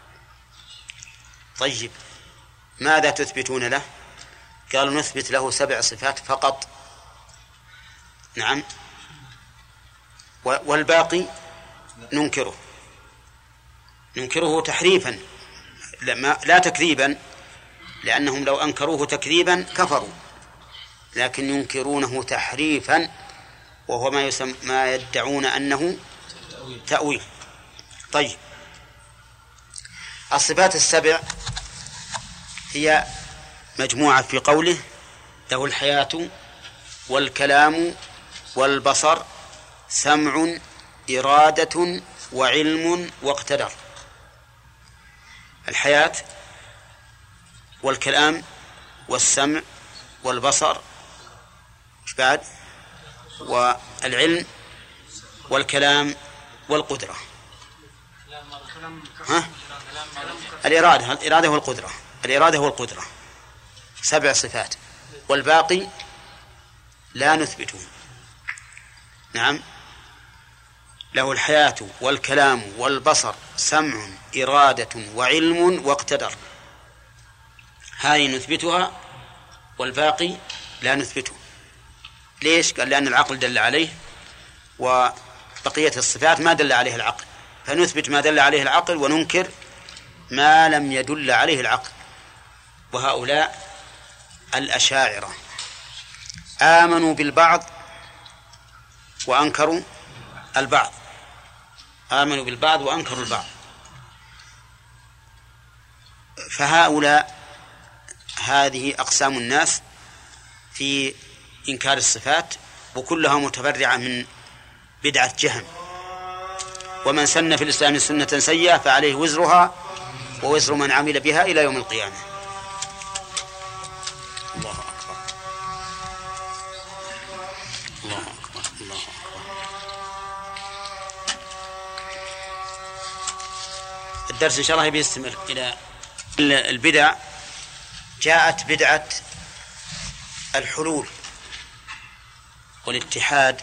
Speaker 1: طيب ماذا تثبتون له؟ قالوا نثبت له 7 صفات فقط. نعم، والباقي ننكره تحريفا لا تكذيبا، لأنهم لو أنكروه تكذيبا كفروا، لكن ينكرونه تحريفا، وهو ما يدعون أنه تأويل. طيب الصفات 7 هي مجموعة في قوله له الحياة والكلام والبصر سمع إرادة وعلم واقتدر. الحياة والكلام والسمع والبصر بعد والعلم والكلام والقدرة. ها؟ الإرادة والقدرة 7 صفات، والباقي لا نثبته. نعم، له الحياة والكلام والبصر سمع إرادة وعلم واقتدر، هذه نثبتها والباقي لا نثبته. ليش؟ قال لأن العقل دل عليه، وبقية الصفات ما دل عليه العقل، فنثبت ما دل عليه العقل وننكر ما لم يدل عليه العقل. وهؤلاء الأشاعرة آمنوا بالبعض وأنكروا البعض، آمنوا بالبعض وأنكروا البعض. فهؤلاء هذه أقسام الناس في إنكار الصفات، وكلها متفرعة من بدعة جهم. ومن سن في الإسلام سنة سيئة فعليه وزرها ووزر من عمل بها إلى يوم القيامة. الله أكبر الله أكبر الله أكبر. الدرس إن شاء الله بيستمر إلى البدع. جاءت بدعة الحلول والاتحاد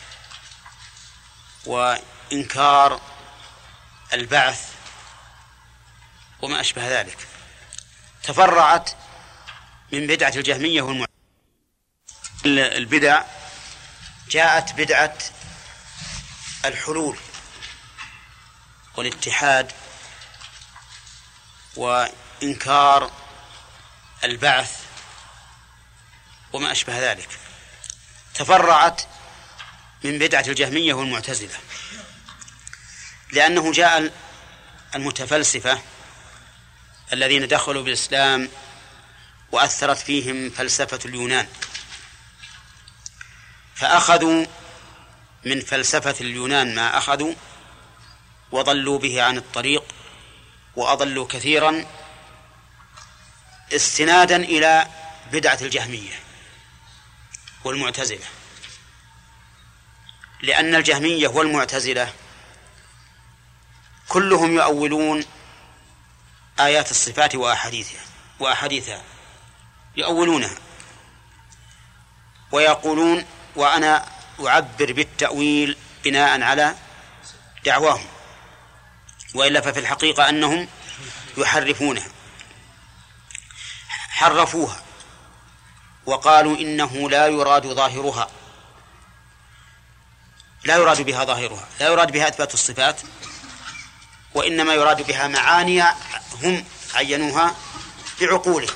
Speaker 1: وإنكار البعث وما أشبه ذلك، تفرعت من بدعة الجهمية والمعتزلة. البدع جاءت بدعة الحلول والاتحاد وإنكار البعث وما أشبه ذلك، تفرعت من بدعة الجهمية والمعتزلة، لأنه جاء المتفلسفة الذين دخلوا بالإسلام وأثرت فيهم فلسفة اليونان، فأخذوا من فلسفة اليونان ما أخذوا وضلوا به عن الطريق وأضلوا كثيرا، استنادا إلى بدعة الجهمية والمعتزلة، لأن الجهمية والمعتزلة كلهم يؤولون آيات الصفات وأحاديثها يؤولونها ويقولون، وأنا أعبر بالتأويل بناء على دعواهم، وإلا ففي الحقيقة أنهم يحرفونها، حرفوها وقالوا إنه لا يراد ظاهرها، لا يراد بها ظاهرها، لا يراد بها إثبات الصفات، وإنما يراد بها معاني هم عينوها بعقولهم.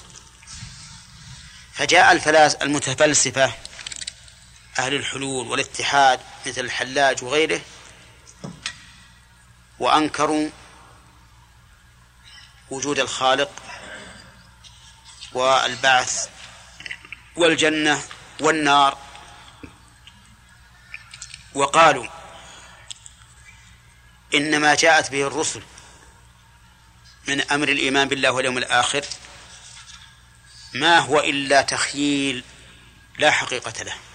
Speaker 1: فجاء المتفلسفة أهل الحلول والاتحاد مثل الحلاج وغيره وأنكروا وجود الخالق والبعث والجنة والنار، وقالوا إنما جاءت به الرسل من أمر الإيمان بالله واليوم الآخر ما هو إلا تخييل لا حقيقة له.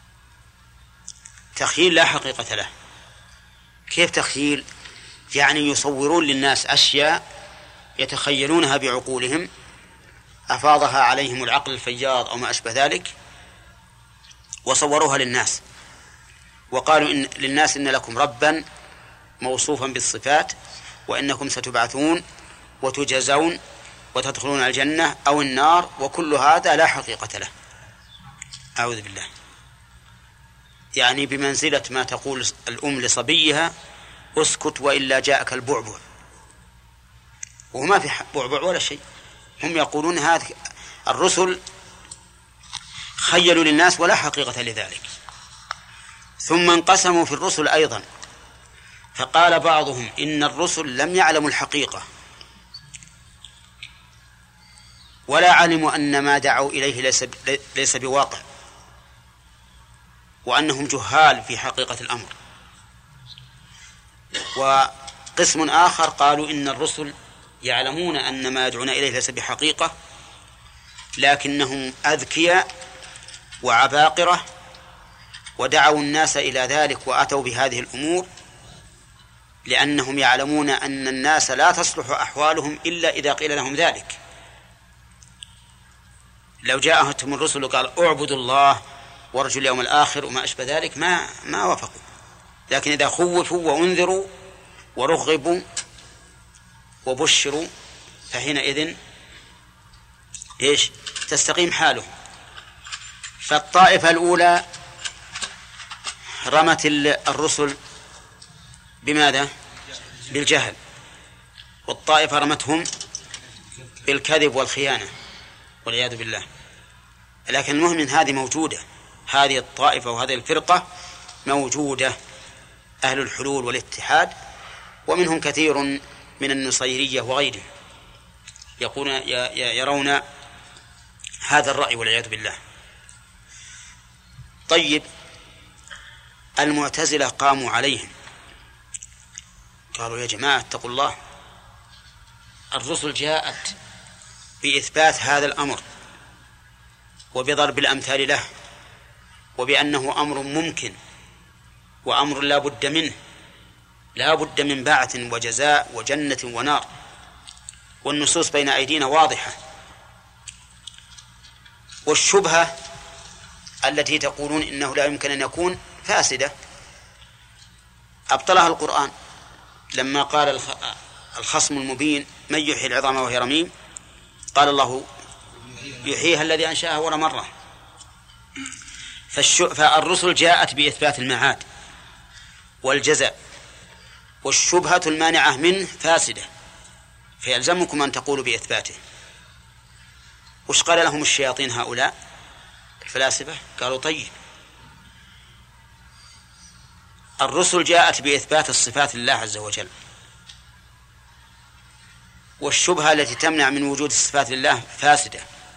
Speaker 1: تخييل لا حقيقة له. كيف تخييل؟ يعني يصورون للناس أشياء يتخيلونها بعقولهم أفاضها عليهم العقل الفياض أو ما أشبه ذلك، وصوروها للناس وقالوا للناس إن لكم ربا موصوفا بالصفات، وإنكم ستبعثون وتجزون وتدخلون الجنة أو النار، وكل هذا لا حقيقة له. أعوذ بالله. يعني بمنزلة ما تقول الأم لصبيها اسكت وإلا جاءك البعبع، وما في بعبع ولا شيء. هم يقولون هذا الرسل خيلوا للناس ولا حقيقة لذلك. ثم انقسموا في الرسل أيضا، فقال بعضهم إن الرسل لم يعلموا الحقيقة ولا علموا أن ما دعوا إليه ليس بواقع، وأنهم جهال في حقيقة الأمر. وقسم آخر قالوا إن الرسل يعلمون أن ما يدعون إليه ليس بحقيقة، لكنهم أذكياء وعباقرة ودعوا الناس إلى ذلك وأتوا بهذه الأمور، لأنهم يعلمون أن الناس لا تصلح أحوالهم إلا إذا قيل لهم ذلك. لو جاءتهم الرسل وقال اعبدوا الله وارجوا اليوم الآخر وما أشبه ذلك ما وافقوا، لكن إذا خوفوا وأنذروا ورغبوا وبشروا فحينئذ تستقيم حالهم. فالطائفة الأولى رمت الرسل بماذا؟ بالجهل، والطائفة رمتهم بالكذب والخيانة والعياذ بالله. لكن المهم من هذه موجودة، هذه الطائفة وهذه الفرقة موجودة، أهل الحلول والاتحاد، ومنهم كثير من النصيرية وغيرهم يرون هذا الرأي والعياذ بالله. طيب، المعتزلة قاموا عليهم قالوا يا جماعة اتقوا الله، الرسل جاءت بإثبات هذا الأمر وبضرب الأمثال له، وبأنه أمر ممكن وأمر لا بد منه، لا بد من بعث وجزاء وجنة ونار، والنصوص بين أيدينا واضحة. والشبهة التي تقولون إنه لا يمكن أن يكون فاسدة أبطلها القرآن لما قال الخصم المبين من يحيي العظام وهي رميم، قال الله يحييها الذي أنشأها أول مرة. فالرسل جاءت بإثبات المعاد والجزاء، والشبهة المانعة منه فاسدة، فيلزمكم أن تقولوا بإثباته. وش قال لهم الشياطين هؤلاء الفلاسفة؟ قالوا طيب، الرسل جاءت بإثبات الصفات لله عز وجل، والشبهة التي تمنع من وجود الصفات لله فاسدة.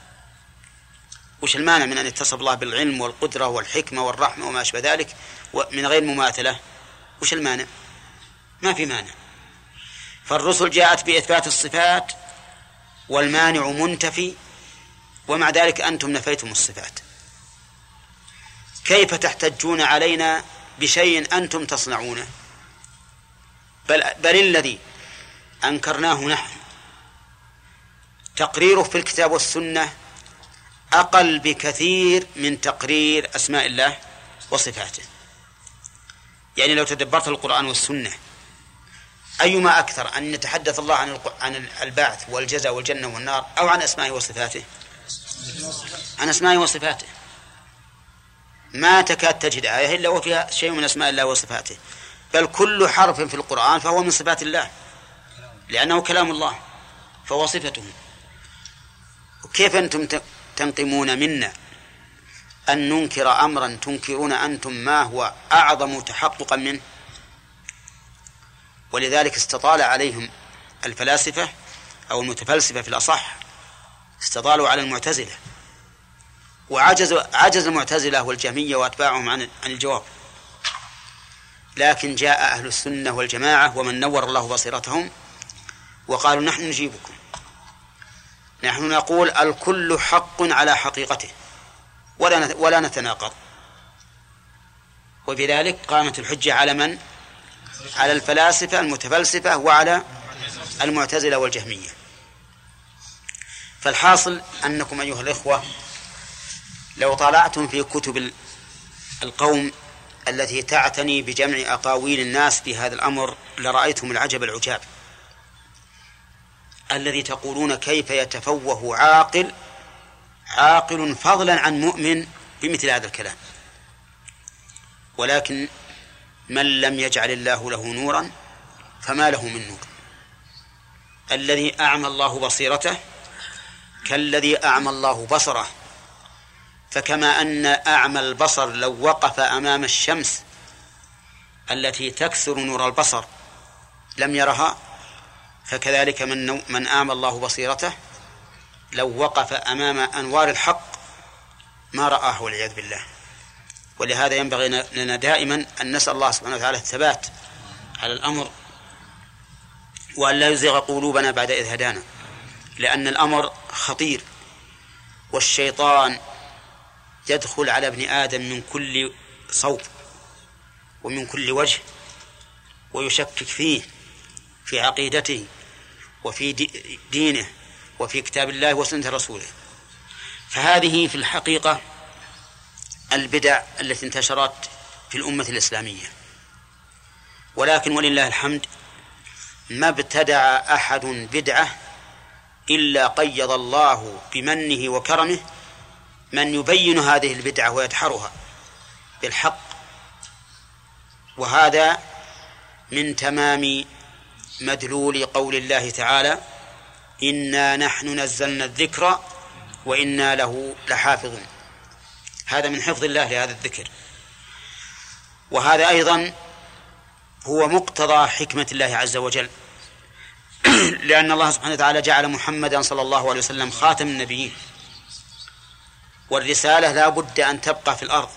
Speaker 1: وش المانع من أن يتصف الله بالعلم والقدرة والحكمة والرحمة وما أشبه ذلك من غير مماثلة؟ وش المانع؟ ما في مانع. فالرسل جاءت بإثبات الصفات والمانع منتفي، ومع ذلك أنتم نفيتم الصفات. كيف تحتجون علينا بشيء أنتم تصنعونه؟ بل الذي أنكرناه نحن تقريره في الكتاب والسنة أقل بكثير من تقرير أسماء الله وصفاته. يعني لو تدبرت القرآن والسنة أيما أكثر، أن يتحدث الله عن البعث والجزاء والجنة والنار، أو عن أسمائه وصفاته؟ عن أسمائه وصفاته. ما تكاد تجد آية إلا وفيها شيء من أسماء الله وصفاته، بل كل حرف في القرآن فهو من صفات الله، لأنه كلام الله فهو صفته. كيف أنتم تنقمون منا أن ننكر أمرا تنكرون أنتم ما هو أعظم تحققا منه؟ ولذلك استطال عليهم الفلاسفة أو المتفلسفة في الأصح، استطالوا على المعتزلة، وعجز المعتزلة والجهمية وأتباعهم عن الجواب. لكن جاء أهل السنة والجماعة ومن نور الله بصيرتهم وقالوا نحن نجيبكم، نحن نقول الكل حق على حقيقته ولا نتناقض. وبذلك قامت الحجة على من؟ على الفلاسفة المتفلسفة وعلى المعتزلة والجهمية. فالحاصل أنكم أيها الإخوة لو طالعتم في كتب القوم التي تعتني بجمع أقاويل الناس في هذا الأمر لرأيتم العجب العجاب الذي تقولون كيف يتفوه عاقل فضلا عن مؤمن بمثل هذا الكلام. ولكن من لم يجعل الله له نورا فما له من نور. الذي أعمى الله بصيرته كالذي أعمى الله بصره. فكما أن أعمى البصر لو وقف أمام الشمس التي تكسر نور البصر لم يرها، فكذلك من أعمى الله بصيرته لو وقف أمام أنوار الحق ما رآه والعياذ بالله. ولهذا ينبغي لنا دائما أن نسأل الله سبحانه وتعالى الثبات على الأمر وأن لا يزغ قلوبنا بعد إذ هدانا، لأن الأمر خطير، والشيطان يدخل على ابن آدم من كل صوب ومن كل وجه ويشكك فيه في عقيدته وفي دينه وفي كتاب الله وسنة رسوله. فهذه في الحقيقة البدع التي انتشرت في الأمة الإسلامية. ولكن ولله الحمد ما ابتدع أحد بدعة إلا قيض الله بمنه وكرمه من يبين هذه البدعة ويدحرها بالحق. وهذا من تمام مدلول قول الله تعالى إنا نحن نزلنا الذكر وإنا له لحافظون. هذا من حفظ الله لهذا الذكر. وهذا أيضا هو مقتضى حكمة الله عز وجل، لأن الله سبحانه وتعالى جعل محمدا صلى الله عليه وسلم خاتم النبيين، والرسالة لا بد أن تبقى في الأرض،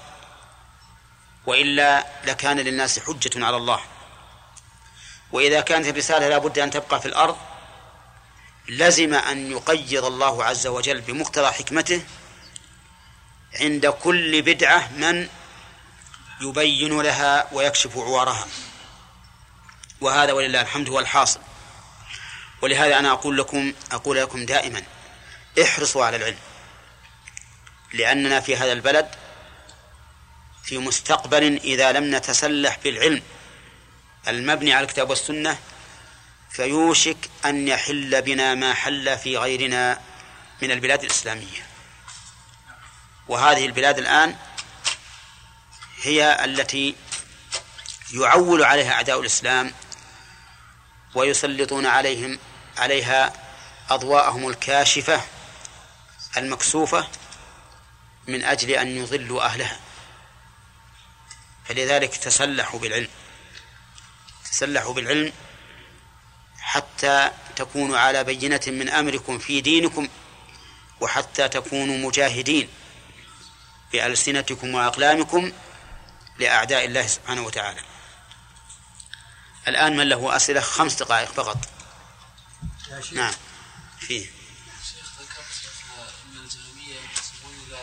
Speaker 1: وإلا لكان للناس حجة على الله. وإذا كانت الرسالة لا بد أن تبقى في الأرض لزم أن يقيض الله عز وجل بمقتضى حكمته عند كل بدعة من يبين لها ويكشف عوارها. وهذا ولله الحمد هو الحاصل. ولهذا أنا أقول لكم دائما احرصوا على العلم، لأننا في هذا البلد في مستقبل إذا لم نتسلح بالعلم المبني على الكتاب والسنة فيوشك أن يحل بنا ما حل في غيرنا من البلاد الإسلامية. وهذه البلاد الآن هي التي يعول عليها أعداء الإسلام ويسلطون عليها أضواءهم الكاشفة المكسوفة من أجل أن يضلوا أهلها. فلذلك تسلحوا بالعلم حتى تكونوا على بينة من أمركم في دينكم، وحتى تكونوا مجاهدين بألسنتكم وأقلامكم لأعداء الله سبحانه وتعالى. الآن من له أسئلة 5 دقائق فقط. نعم فيه.
Speaker 2: شيخ ذكرت أن الجهمية ينقسمون إلى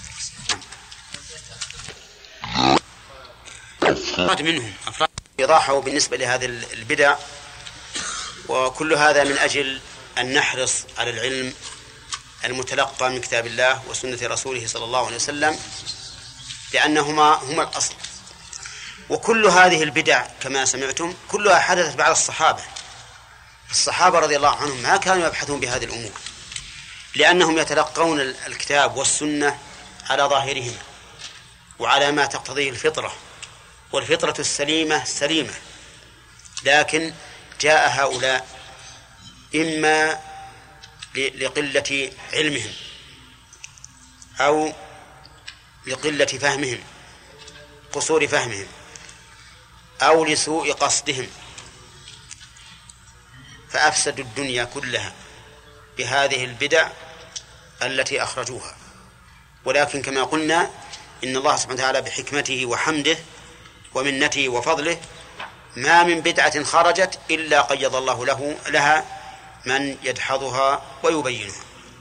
Speaker 2: ثلاثة
Speaker 1: أفراد منهم أفراد يضاحوا بالنسبة لهذه البدع، وكل هذا من أجل أن نحرص على العلم المتلقى من كتاب الله وسنة رسوله صلى الله عليه وسلم، لأنهما هما الأصل. وكل هذه البدع كما سمعتم كلها حدثت بعد الصحابة رضي الله عنهم ما كانوا يبحثون بهذه الأمور، لأنهم يتلقون الكتاب والسنة على ظاهرهما وعلى ما تقتضيه الفطرة، والفطرة السليمة سليمة. لكن جاء هؤلاء إما لقلة علمهم أو لقلة فهمهم، قصور فهمهم، أو لسوء قصدهم، فأفسدوا الدنيا كلها بهذه البدع التي أخرجوها. ولكن كما قلنا إن الله سبحانه وتعالى بحكمته وحمده ومنته وفضله ما من بدعة خرجت إلا قيض الله لها من يدحضها ويبينها.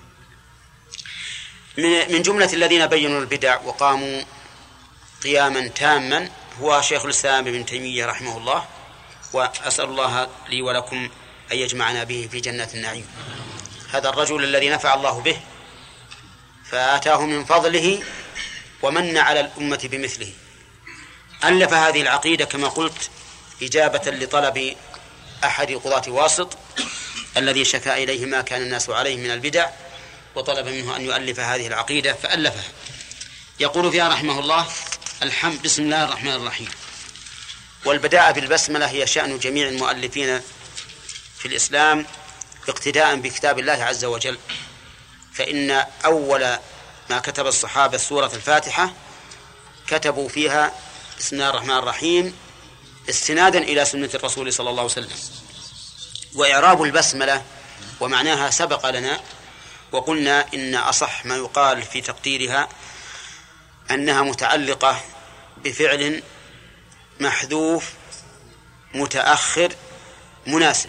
Speaker 1: من جملة الذين بينوا البدع وقاموا قياما تاما هو شيخ الإسلام ابن تيمية رحمه الله، وأسأل الله لي ولكم أن يجمعنا به في جنات النعيم. هذا الرجل الذي نفع الله به فآتاه من فضله ومن على الأمة بمثله. ألف هذه العقيدة كما قلت إجابة لطلب أحد قضاة واسط الذي شكا إليه ما كان الناس عليه من البدع، وطلب منه أن يؤلف هذه العقيدة فألفها. يقول فيها رحمه الله: الحمد بسم الله الرحمن الرحيم. والبداء بالبسملة هي شأن جميع المؤلفين في الإسلام اقتداء بكتاب الله عز وجل، فإن أول ما كتب الصحابة سورة الفاتحة كتبوا فيها بسم الله الرحمن الرحيم استنادا إلى سنة الرسول صلى الله عليه وسلم. وإعراب البسملة ومعناها سبق لنا، وقلنا إن أصح ما يقال في تقديرها أنها متعلقة بفعل محذوف متأخر مناسب.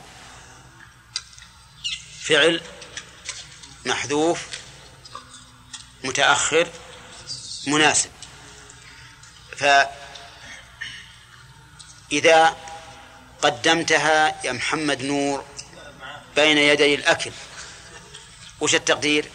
Speaker 1: فعل محذوف متأخر مناسب. فإذا قدمتها يا محمد نور بين يدي الأكل وش التقدير؟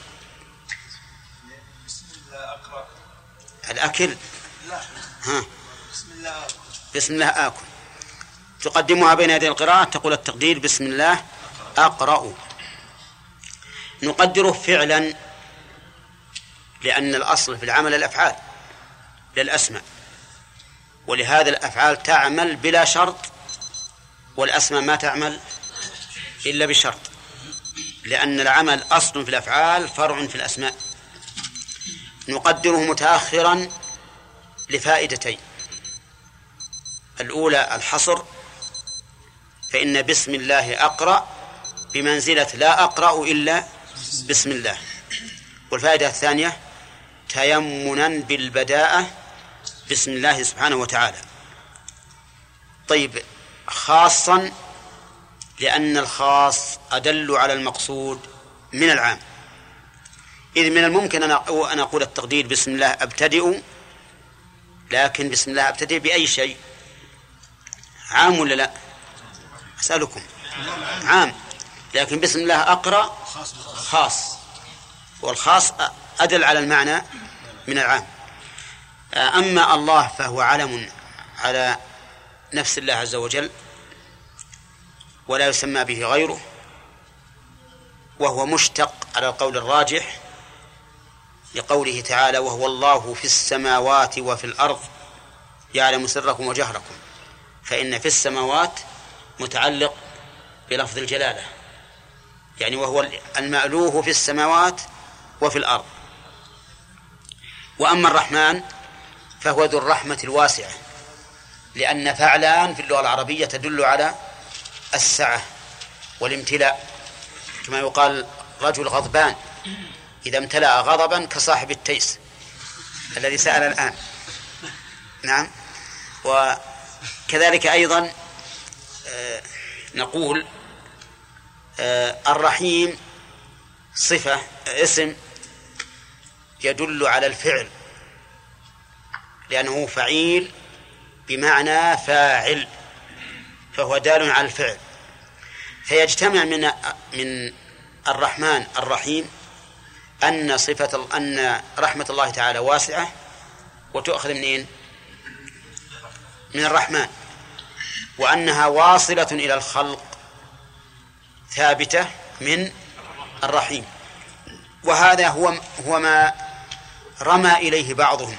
Speaker 1: الأكل ها بسم الله آكل. تقدمها بين يدي القراءة تقول التقدير بسم الله أقرأ. نقدره فعلا لأن الأصل في العمل الأفعال للأسماء، ولهذا الأفعال تعمل بلا شرط والأسماء ما تعمل إلا بشرط، لأن العمل أصل في الأفعال فرع في الأسماء. نقدره متأخرا لفائدتين: الأولى الحصر، فإن بسم الله أقرأ بمنزلة لا أقرأ إلا بسم الله. والفائدة الثانية تيمنا بالبداءة بسم الله سبحانه وتعالى. طيب، خاصا لأن الخاص أدل على المقصود من العام، إذ من الممكن أن أقول التقدير بسم الله أبتدئ، لكن بسم الله أبتدئ بأي شيء؟ عام ولا لا؟ أسألكم. عام، لكن بسم الله أقرأ خاص، والخاص أدل على المعنى من العام. أما الله فهو علم على نفس الله عز وجل ولا يسمى به غيره، وهو مشتق على القول الراجح لقوله تعالى: وهو الله في السماوات وفي الأرض يعلم سركم وجهركم. فإن في السماوات متعلق بلفظ الجلالة، يعني وهو المألوه في السماوات وفي الأرض. وأما الرحمن فهو ذو الرحمة الواسعة، لأن فعلان في اللغة العربية تدل على السعة والامتلاء، كما يقال رجل غضبان إذا امتلأ غضبا كصاحب التيس الذي سأل الآن. نعم. وكذلك أيضا نقول الرحيم صفة اسم يدل على الفعل، لأنه فعيل بمعنى فاعل، فهو دال على الفعل. فيجتمع من الرحمن الرحيم أن رحمة الله تعالى واسعة، وتؤخذ منين؟ من الرحمن، وأنها واصلة إلى الخلق ثابتة من الرحيم. وهذا هو ما رمى إليه بعضهم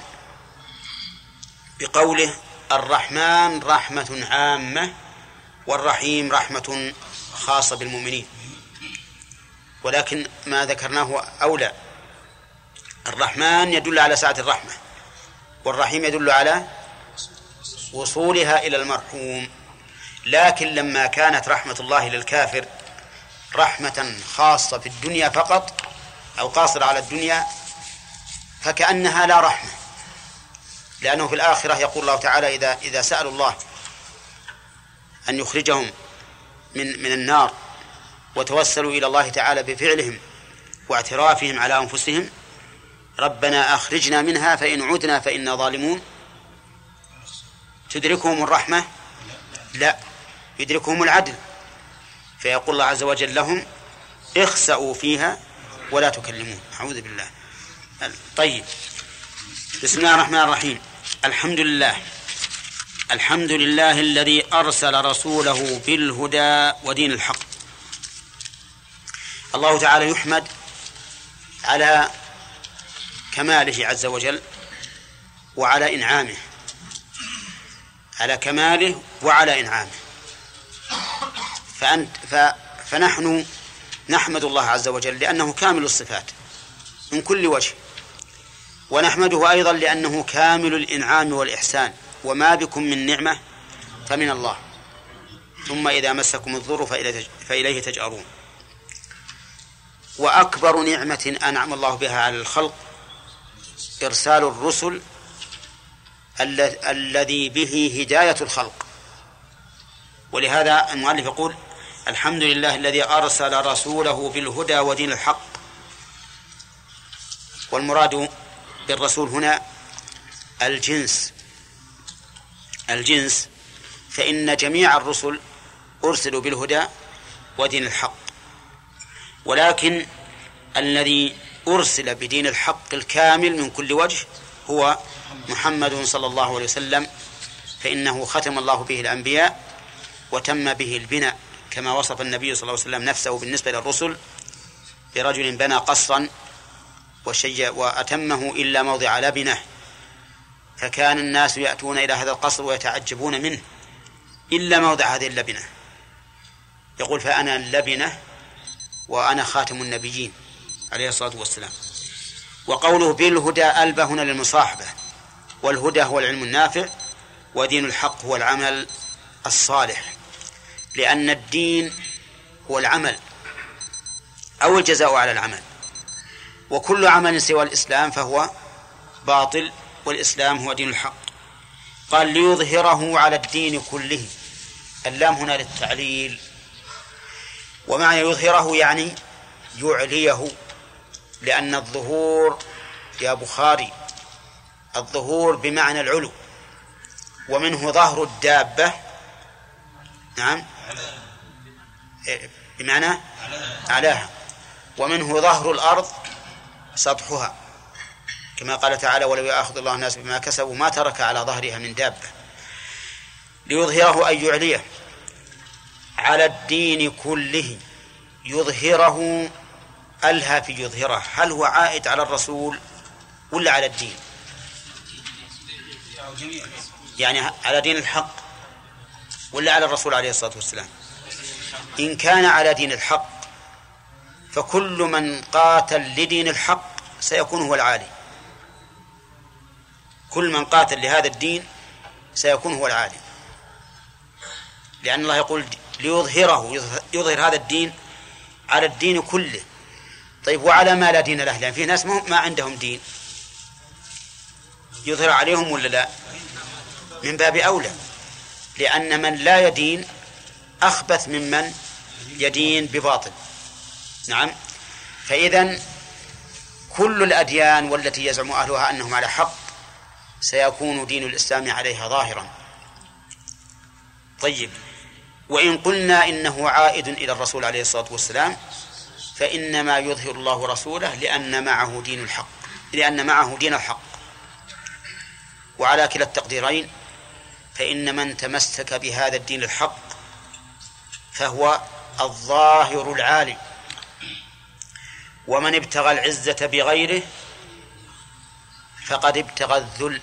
Speaker 1: بقوله الرحمن رحمة عامة والرحيم رحمة خاصة بالمؤمنين، ولكن ما ذكرناه أولى. الرحمن يدل على سعة الرحمة، والرحيم يدل على وصولها إلى المرحوم. لكن لما كانت رحمة الله للكافر رحمة خاصة في الدنيا فقط أو قاصرة على الدنيا، فكأنها لا رحمة، لأنه في الآخرة يقول الله تعالى إذا سألوا الله أن يخرجهم من النار وتوسلوا إلى الله تعالى بفعلهم واعترافهم على أنفسهم ربنا أخرجنا منها فإن عدنا فإنا ظالمون، تدركهم الرحمة؟ لا، يدركهم العدل، فيقول الله عز وجل لهم اخسأوا فيها ولا تكلمون. أعوذ بالله. طيب، بسم الله الرحمن الرحيم. الحمد لله الذي أرسل رسوله بالهدى ودين الحق. الله تعالى يحمد على كماله عز وجل وعلى إنعامه، على كماله وعلى إنعامه. فنحن نحمد الله عز وجل لأنه كامل الصفات من كل وجه، ونحمده أيضا لأنه كامل الإنعام والإحسان، وما بكم من نعمة فمن الله، ثم إذا مسكم الضر فإليه تجأرون. وأكبر نعمة أنعم الله بها على الخلق إرسال الرسل الذي به هداية الخلق. ولهذا المؤلف يقول الحمد لله الذي أرسل رسوله بالهدى ودين الحق. والمراد بالرسول هنا الجنس، فإن جميع الرسل أرسلوا بالهدى ودين الحق، ولكن الذي أرسل بدين الحق الكامل من كل وجه هو محمد صلى الله عليه وسلم، فإنه ختم الله به الأنبياء وتم به البناء، كما وصف النبي صلى الله عليه وسلم نفسه بالنسبة للرسل برجل بنى قصرا وأتمه إلا موضع لبنه، فكان الناس يأتون إلى هذا القصر ويتعجبون منه إلا موضع هذه اللبنة، يقول فأنا اللبنة وأنا خاتم النبيين عليه الصلاة والسلام. وقوله بالهدى ألبى هنا للمصاحبة، والهدى هو العلم النافع، ودين الحق هو العمل الصالح، لأن الدين هو العمل أو الجزاء على العمل، وكل عمل سوى الإسلام فهو باطل، والإسلام هو دين الحق. قال ليظهره على الدين كله، اللام هنا للتعليل، ومعنى يظهره يعني يعليه، لأن الظهور يا بخاري الظهور بمعنى العلو، ومنه ظهر الدابة، نعم بمعنى أعلاها، ومنه ظهر الأرض سطحها، كما قال تعالى ولو يأخذ الله الناس بما كسبوا ما ترك على ظهرها من دابة. ليظهره أي يعليه على الدين كله. يظهره ألها في يظهره، هل هو عائد على الرسول ولا على الدين؟ يعني على دين الحق ولا على الرسول عليه الصلاة والسلام؟ إن كان على دين الحق فكل من قاتل لدين الحق سيكون هو العالي، كل من قاتل لهذا الدين سيكون هو العالي، لأن الله يقول ليظهره، يظهر هذا الدين على الدين كله. طيب وعلى ما لا دين له؟ لأن في ناس ما عندهم دين، يظهر عليهم ولا لا؟ من باب أولى، لأن من لا يدين أخبث ممن يدين بباطل. نعم. فإذن كل الأديان والتي يزعم أهلها أنهم على حق سيكون دين الإسلام عليها ظاهرا. طيب، وإن قلنا إنه عائد إلى الرسول عليه الصلاة والسلام فإنما يظهر الله رسوله لأن معه دين الحق. وعلى كلا التقديرين فإن من تمسك بهذا الدين الحق فهو الظاهر العالي، ومن ابتغى العزة بغيره فقد ابتغى الذل.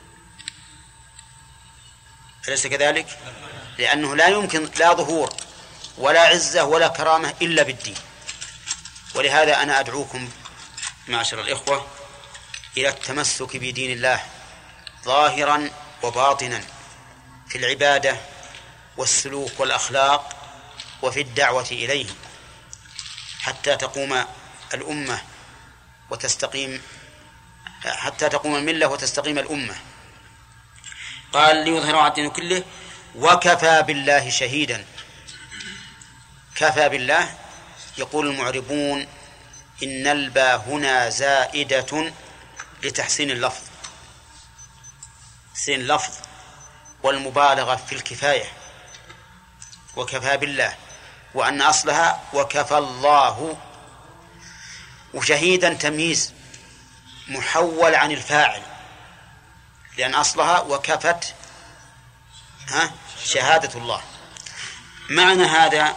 Speaker 1: أليس كذلك؟ لأنه لا يمكن لا ظهور ولا عزة ولا كرامة إلا بالدين. ولهذا أنا أدعوكم معاشر الإخوة إلى التمسك بدين الله ظاهرا وباطنا في العبادة والسلوك والأخلاق وفي الدعوة إليه حتى تقوم الأمة وتستقيم، حتى تقوم الملة وتستقيم الأمة. قال ليظهر على الدين كله وكفى بالله شهيدا. كفى بالله، يقول المعربون إن الباء هنا زائدة لتحسين اللفظ، تحسين اللفظ والمبالغة في الكفاية. وكفى بالله، وأن أصلها وكفى الله، وشهيدا تمييز محول عن الفاعل، لأن أصلها وكفت شهادة الله. معنى هذا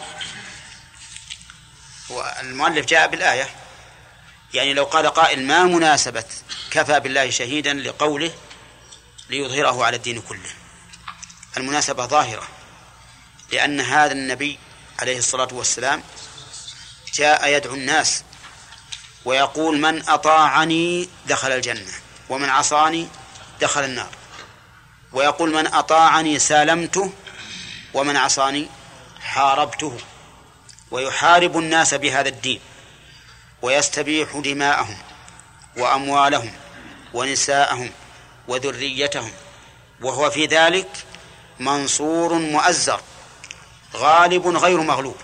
Speaker 1: والمؤلف جاء بالآية، يعني لو قال قائل ما مناسبة كفى بالله شهيدا لقوله ليظهره على الدين كله؟ المناسبة ظاهرة، لأن هذا النبي عليه الصلاة والسلام جاء يدعو الناس ويقول من أطاعني دخل الجنة ومن عصاني دخل النار، ويقول من أطاعني سالمته ومن عصاني حاربته، ويحارب الناس بهذا الدين ويستبيح دماءهم وأموالهم ونساءهم وذريتهم، وهو في ذلك منصور مؤزر غالب غير مغلوب.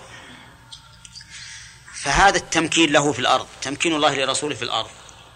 Speaker 1: فهذا التمكين له في الأرض، تمكين الله لرسوله في الأرض،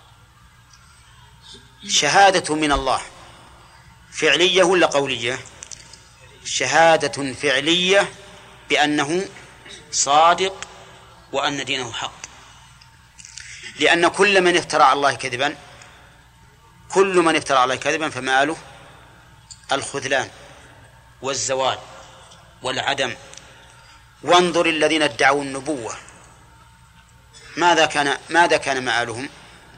Speaker 1: شهادة من الله فعلية ولا قولية؟ شهادة فعلية بأنه صادق وأن دينه حق. لأن كل من افترى على الله كذبا، كل من افترى على الله كذبا فمآله الخذلان والزوال والعدم. وانظر الذين ادعوا النبوة ماذا كان مآلهم؟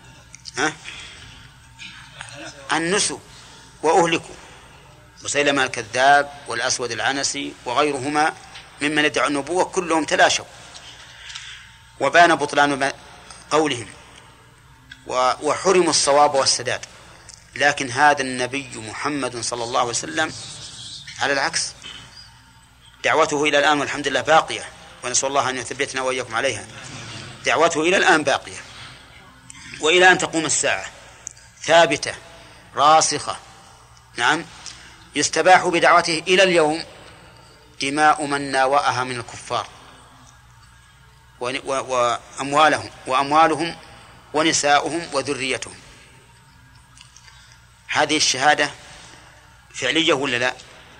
Speaker 1: النسوا وأهلكوا. مسيلمة الكذاب والأسود العنسي وغيرهما ممن ادعوا النبوة كلهم تلاشوا وبان بطلان قولهم وحرموا الصواب والسداد. لكن هذا النبي محمد صلى الله عليه وسلم على العكس، دعوته إلى الآن والحمد لله باقية، ونسأل الله أن يثبتنا وإياكم عليها. دعوته إلى الآن باقية وإلى أن تقوم الساعة ثابتة راسخة. نعم، يستباح بدعوته إلى اليوم دماء من ناوأها من الكفار وأموالهم ونساؤهم وذريتهم. هذه الشهادة فعلية ولا لا؟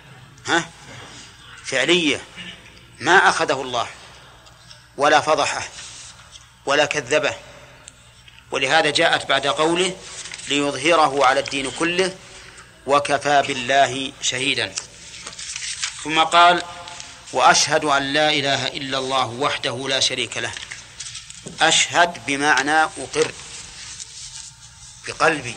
Speaker 1: فعلية، ما أخذه الله ولا فضحه ولا كذبه. ولهذا جاءت بعد قوله ليظهره على الدين كله وكفى بالله شهيدا. ثم قال وأشهد أن لا إله إلا الله وحده لا شريك له. أشهد بمعنى أقر بقلبي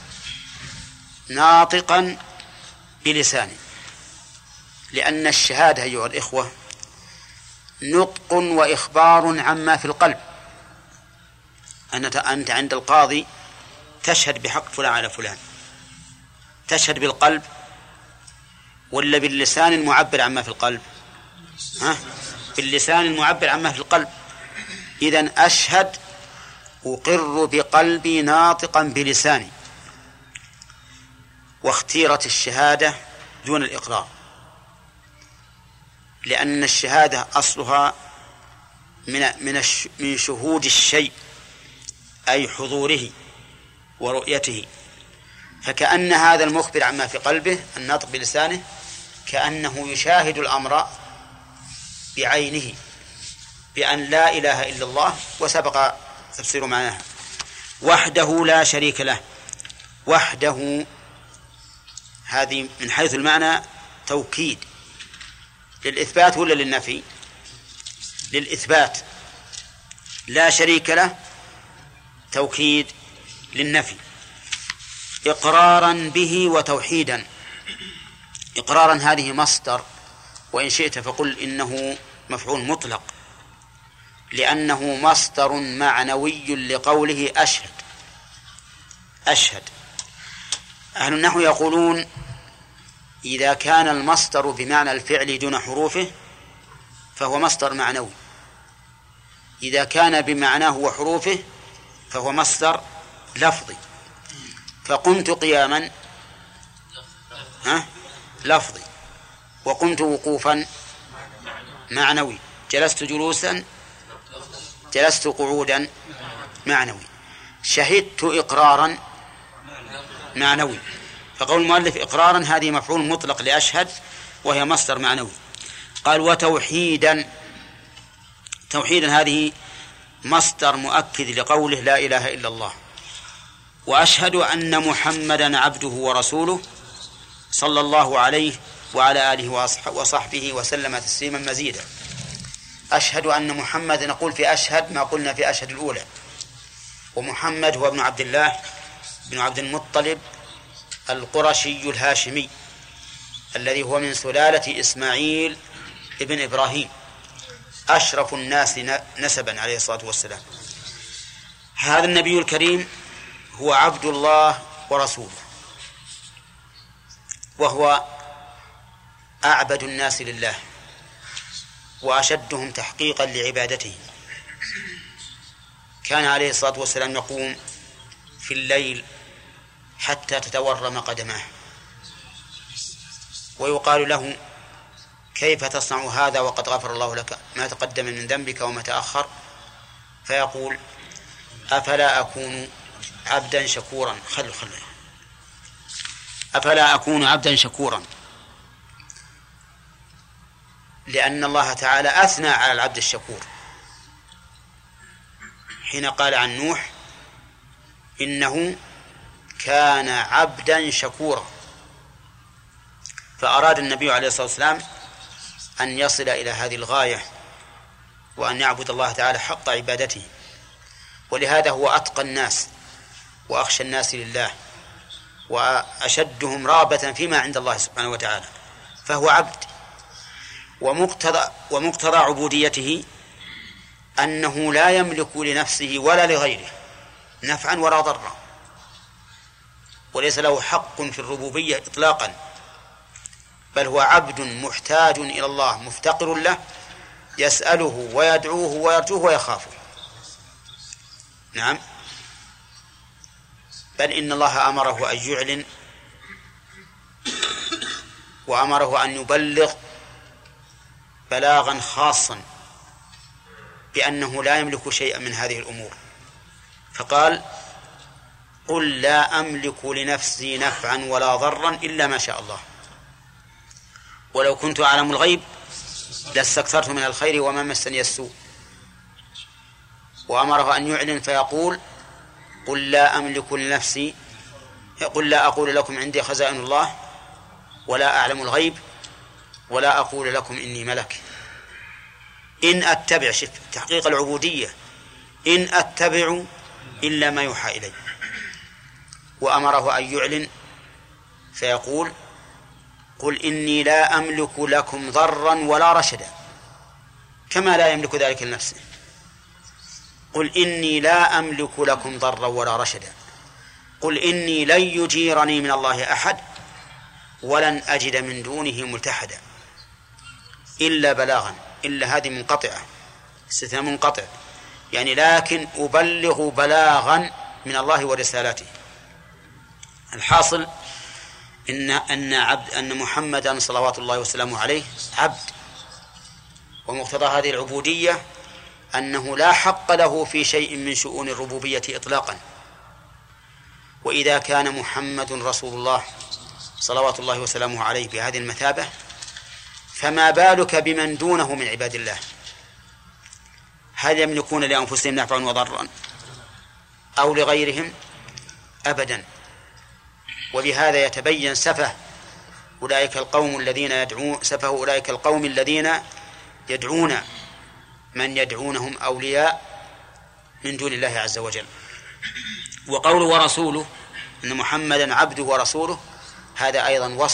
Speaker 1: ناطقا بلساني، لأن الشهادة أيها الإخوة نطق وإخبار عما في القلب. أنت عند القاضي تشهد بحق فلان على فلان، تشهد بالقلب ولا باللسان المعبر عما في القلب؟ باللسان المعبر عما في القلب. إذن أشهد أقر بقلبي ناطقا بلساني. واختيرت الشهادة دون الإقرار، لأن الشهادة أصلها من شهود الشيء، أي حضوره ورؤيته. فكأن هذا المخبر عما في قلبه الناطق بلسانه كأنه يشاهد الأمر بعينه بأن لا إله إلا الله، وسبق تفسير معناها. وحده لا شريك له. وحده هذه من حيث المعنى توكيد للإثبات ولا للنفي؟ للإثبات. لا شريك له توكيد للنفي، إقرارا به وتوحيدا. إقرارا هذه مصدر، وإن شئت فقل إنه مفعول مطلق، لأنه مصدر معنوي لقوله أشهد. أشهد. أهل النحو يقولون إذا كان المصدر بمعنى الفعل دون حروفه فهو مصدر معنوي، إذا كان بمعناه وحروفه فهو مصدر لفظي. فقمت قياما لفظي، وقمت وقوفا معنوي، جلست جلوسا، جلست قعودا معنوي، شهدت إقرارا معنوي. فقول المؤلف إقرارا هذه مفعول مطلق لأشهد، وهي مصدر معنوي. قال وتوحيدا. توحيدا هذه مصدر مؤكد لقوله لا إله إلا الله. وأشهد أن محمدا عبده ورسوله صلى الله عليه وعلى آله وصحبه وسلم تسليما مزيدا. أشهد أن محمد، نقول في أشهد ما قلنا في أشهد الأولى. ومحمد هو ابن عبد الله بن عبد المطلب القرشي الهاشمي الذي هو من سلالة إسماعيل ابن إبراهيم، أشرف الناس نسبا عليه الصلاة والسلام. هذا النبي الكريم هو عبد الله ورسوله، وهو أعبد الناس لله وأشدهم تحقيقا لعبادته. كان عليه الصلاة والسلام يقوم في الليل حتى تتورم قدماه، ويقال له كيف تصنع هذا وقد غفر الله لك ما تقدم من ذنبك وما تأخر؟ فيقول أفلا أكون عبدا شكورا. أفلا أكون عبدا شكورا، لأن الله تعالى أثنى على العبد الشكور حين قال عن نوح إنه كان عبدا شكورا. فأراد النبي عليه الصلاة والسلام أن يصل إلى هذه الغاية، وأن يعبد الله تعالى حق عبادته. ولهذا هو أتقى الناس وأخشى الناس لله وأشدهم رغبة فيما عند الله سبحانه وتعالى، فهو عبد. ومقتضى عبوديته أنه لا يملك لنفسه ولا لغيره نفعا ولا ضرا، وليس له حق في الربوبية إطلاقا، بل هو عبد محتاج إلى الله مفتقر له، يسأله ويدعوه ويرجوه ويخافه. نعم، بل إن الله أمره أن يعلن، وأمره أن يبلغ بلاغا خاصا بأنه لا يملك شيئا من هذه الأمور. فقال قل لا أملك لنفسي نفعا ولا ضرا إلا ما شاء الله، ولو كنت أعلم الغيب لاستكثرت من الخير وما مسني السوء. وأمره أن يعلن فيقول قل لا أملك لنفسي، قل لا أقول لكم عندي خزائن الله ولا أعلم الغيب ولا أقول لكم إني ملك إن أتبع، شف تحقيق العبودية، إن أتبع إلا ما يوحى إلي. وأمره أن يعلن فيقول قل إني لا أملك لكم ضرا ولا رشدا، كما لا يملك ذلك لنفسه. قل إني لا أملك لكم ضرا ولا رشدا، قل إني لن يجيرني من الله أحد ولن أجد من دونه ملتحدا إلا بلاغا. إلا هذه منقطعة، استثناء منقطع، يعني لكن أبلغ بلاغا من الله ورسالته. الحاصل أن محمدا صلوات الله وسلامه عليه عبد، ومقتضى هذه العبودية أنه لا حق له في شيء من شؤون الربوبية إطلاقا. وإذا كان محمد رسول الله صلوات الله وسلامه عليه بهذه المثابة، فما بالك بمن دونه من عباد الله؟ هل يملكون لأنفسهم نفعا وضرا أو لغيرهم؟ أبدا. ولهذا يتبين سفه أولئك القوم الذين يدعون من يدعونهم أولياء من دون الله عز وجل. وقوله ورسوله، أن محمدا عبده ورسوله، هذا أيضا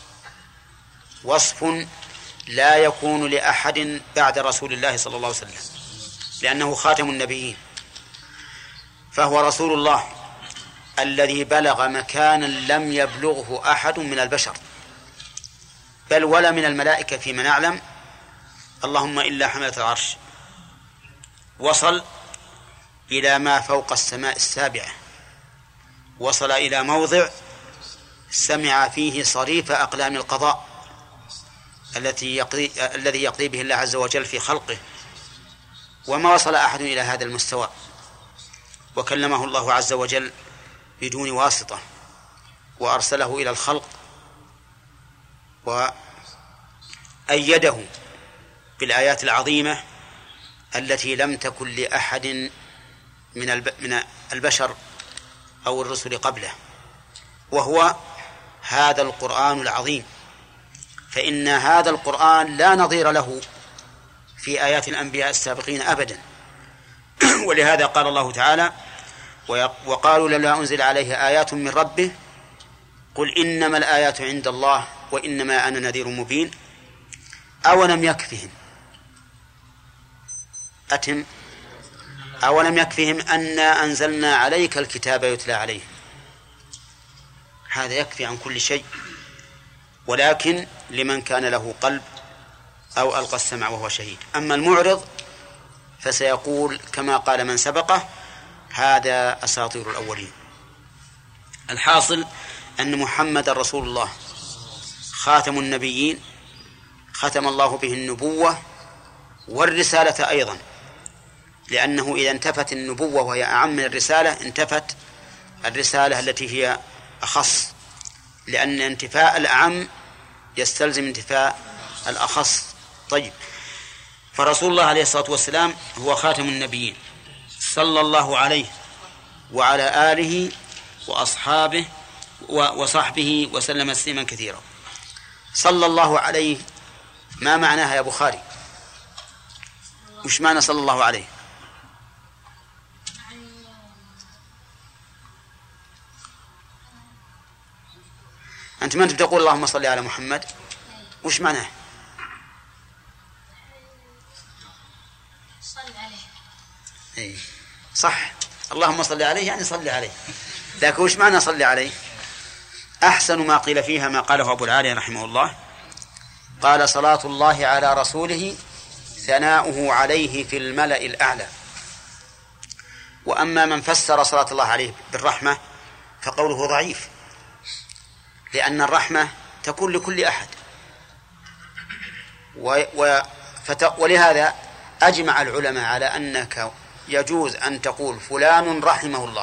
Speaker 1: وصف لا يكون لأحد بعد رسول الله صلى الله عليه وسلم، لأنه خاتم النبيين، فهو رسول الله الذي بلغ مكانا لم يبلغه أحد من البشر، بل ولا من الملائكة فيما نعلم، اللهم إلا حملة العرش. وصل إلى ما فوق السماء السابعة، وصل إلى موضع سمع فيه صريف أقلام القضاء الذي يقضي به الله عز وجل في خلقه، وما وصل أحد إلى هذا المستوى. وكلمه الله عز وجل بدون واسطة، وأرسله إلى الخلق، وأيده بالآيات العظيمة التي لم تكن لأحد من البشر أو الرسل قبله، وهو هذا القرآن العظيم. فإن هذا القرآن لا نظير له في آيات الأنبياء السابقين أبدا. ولهذا قال الله تعالى: وقالوا لولا أنزل عليه آيات من ربه قل إنما الآيات عند الله وإنما أنا نذير مبين أولم يكفهم أنا أنزلنا عليك الكتاب يتلى عليه. هذا يكفي عن كل شيء، ولكن لمن كان له قلب أو ألقى السمع وهو شهيد. أما المعرض فسيقول كما قال من سبقه: هذا أساطير الأولين. الحاصل أن محمد رسول الله خاتم النبيين، ختم الله به النبوة والرسالة أيضا، لأنه إذا انتفت النبوة وهي أعم من الرسالة انتفت الرسالة التي هي أخص، لأن انتفاء الأعم يستلزم انتفاء الأخص. طيب، فرسول الله عليه الصلاة والسلام هو خاتم النبيين صلى الله عليه وعلى آله وأصحابه وصحبه وسلم تسليما كثيرا. صلى الله عليه، ما معناها يا بخاري؟ وش معنى صلى الله عليه؟ أنت ما أنت بتقول اللهم صل على محمد، وش معناه؟
Speaker 3: صل عليه.
Speaker 1: إيه صح، اللهم صل عليه يعني صل عليه، لكن وش معنى صل عليه؟ أحسن ما قيل فيها ما قاله أبو العالي رحمه الله، قال: صلاة الله على رسوله ثناؤه عليه في الملأ الأعلى. وأما من فسر صلاة الله عليه بالرحمة فقوله ضعيف، لأن الرحمة تكون لكل أحد، ولهذا أجمع العلماء على أنك يجوز أن تقول فلان رحمه الله،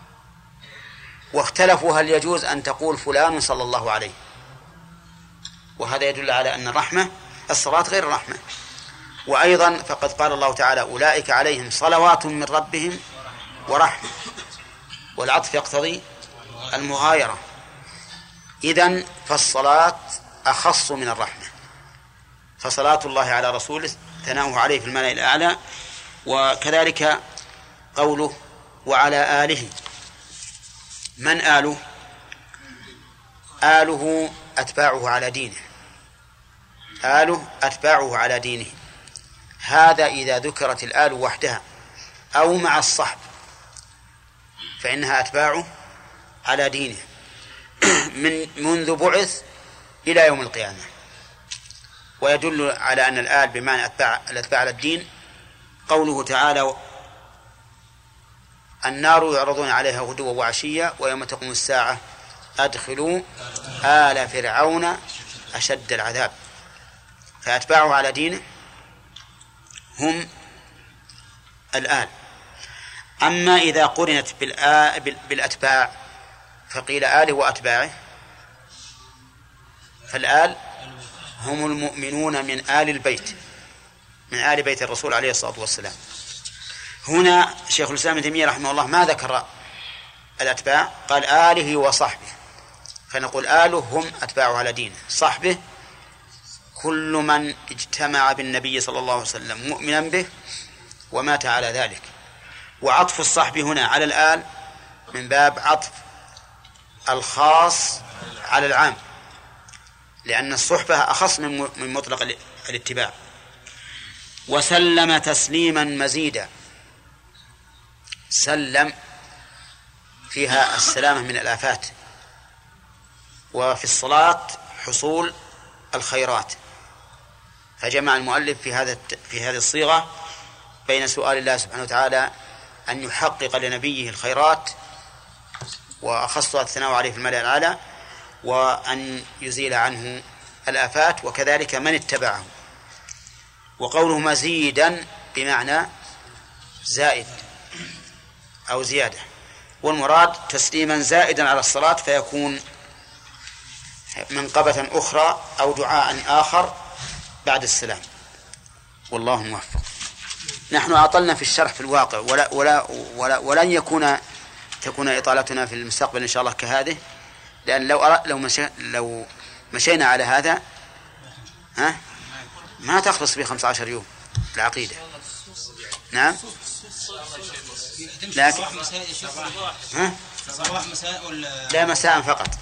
Speaker 1: واختلفوا هل يجوز أن تقول فلان صلى الله عليه. وهذا يدل على أن الرحمة الصلاة غير الرحمة. وأيضا فقد قال الله تعالى: أولئك عليهم صلوات من ربهم ورحمة، والعطف يقتضي المغايرة. إذن فالصلاة أخص من الرحمة، فصلاة الله على رسوله ثناؤه عليه في الملأ الأعلى. وكذلك قوله: وعلى آله. من آله؟ آله أتباعه على دينه، آله أتباعه على دينه. هذا إذا ذكرت الآل وحدها أو مع الصحب فإنها أتباعه على دينه منذ بعث إلى يوم القيامة. ويدل على أن الآل بمعنى الأتباع على الدين قوله تعالى: النار يعرضون عليها غدوا وعشيا ويوم تقوم الساعة أدخلوا آل فرعون أشد العذاب. فأتباعه على دينه هم الآل. أما إذا قرنت بالأتباع فقيل آله وأتباعه، فالآل هم المؤمنون من آل البيت، من آل بيت الرسول عليه الصلاة والسلام. هنا شيخ الإسلام ابن تيمية رحمه الله ما ذكر الأتباع، قال آله وصحبه، فنقول آله هم أتباعه على دينه، صحبه كل من اجتمع بالنبي صلى الله عليه وسلم مؤمنا به ومات على ذلك. وعطف الصحب هنا على الآل من باب عطف الخاص على العام، لأن الصحبة أخص من مطلق الاتباع. وسلم تسليما مزيدا، سلم فيها السلامة من الآفات، وفي الصلاة حصول الخيرات، فجمع المؤلف في هذه الصيغة بين سؤال الله سبحانه وتعالى أن يحقق لنبيه الخيرات وأخصها الثناء عليه في الملأ الأعلى، وأن يزيل عنه الآفات، وكذلك من اتبعه. وقوله مزيدا بمعنى زائد أو زيادة، والمراد تسليما زائدا على الصلاة فيكون منقبة أخرى أو دعاء آخر بعد السلام. والله موفق. نحن أطلنا في الشرح في الواقع، ولن تكون إطالتنا في المستقبل إن شاء الله كهذه، لأن لو مشينا على هذا ما تخلص في 15 يوم العقيدة. نعم، لكن لا مساء فقط.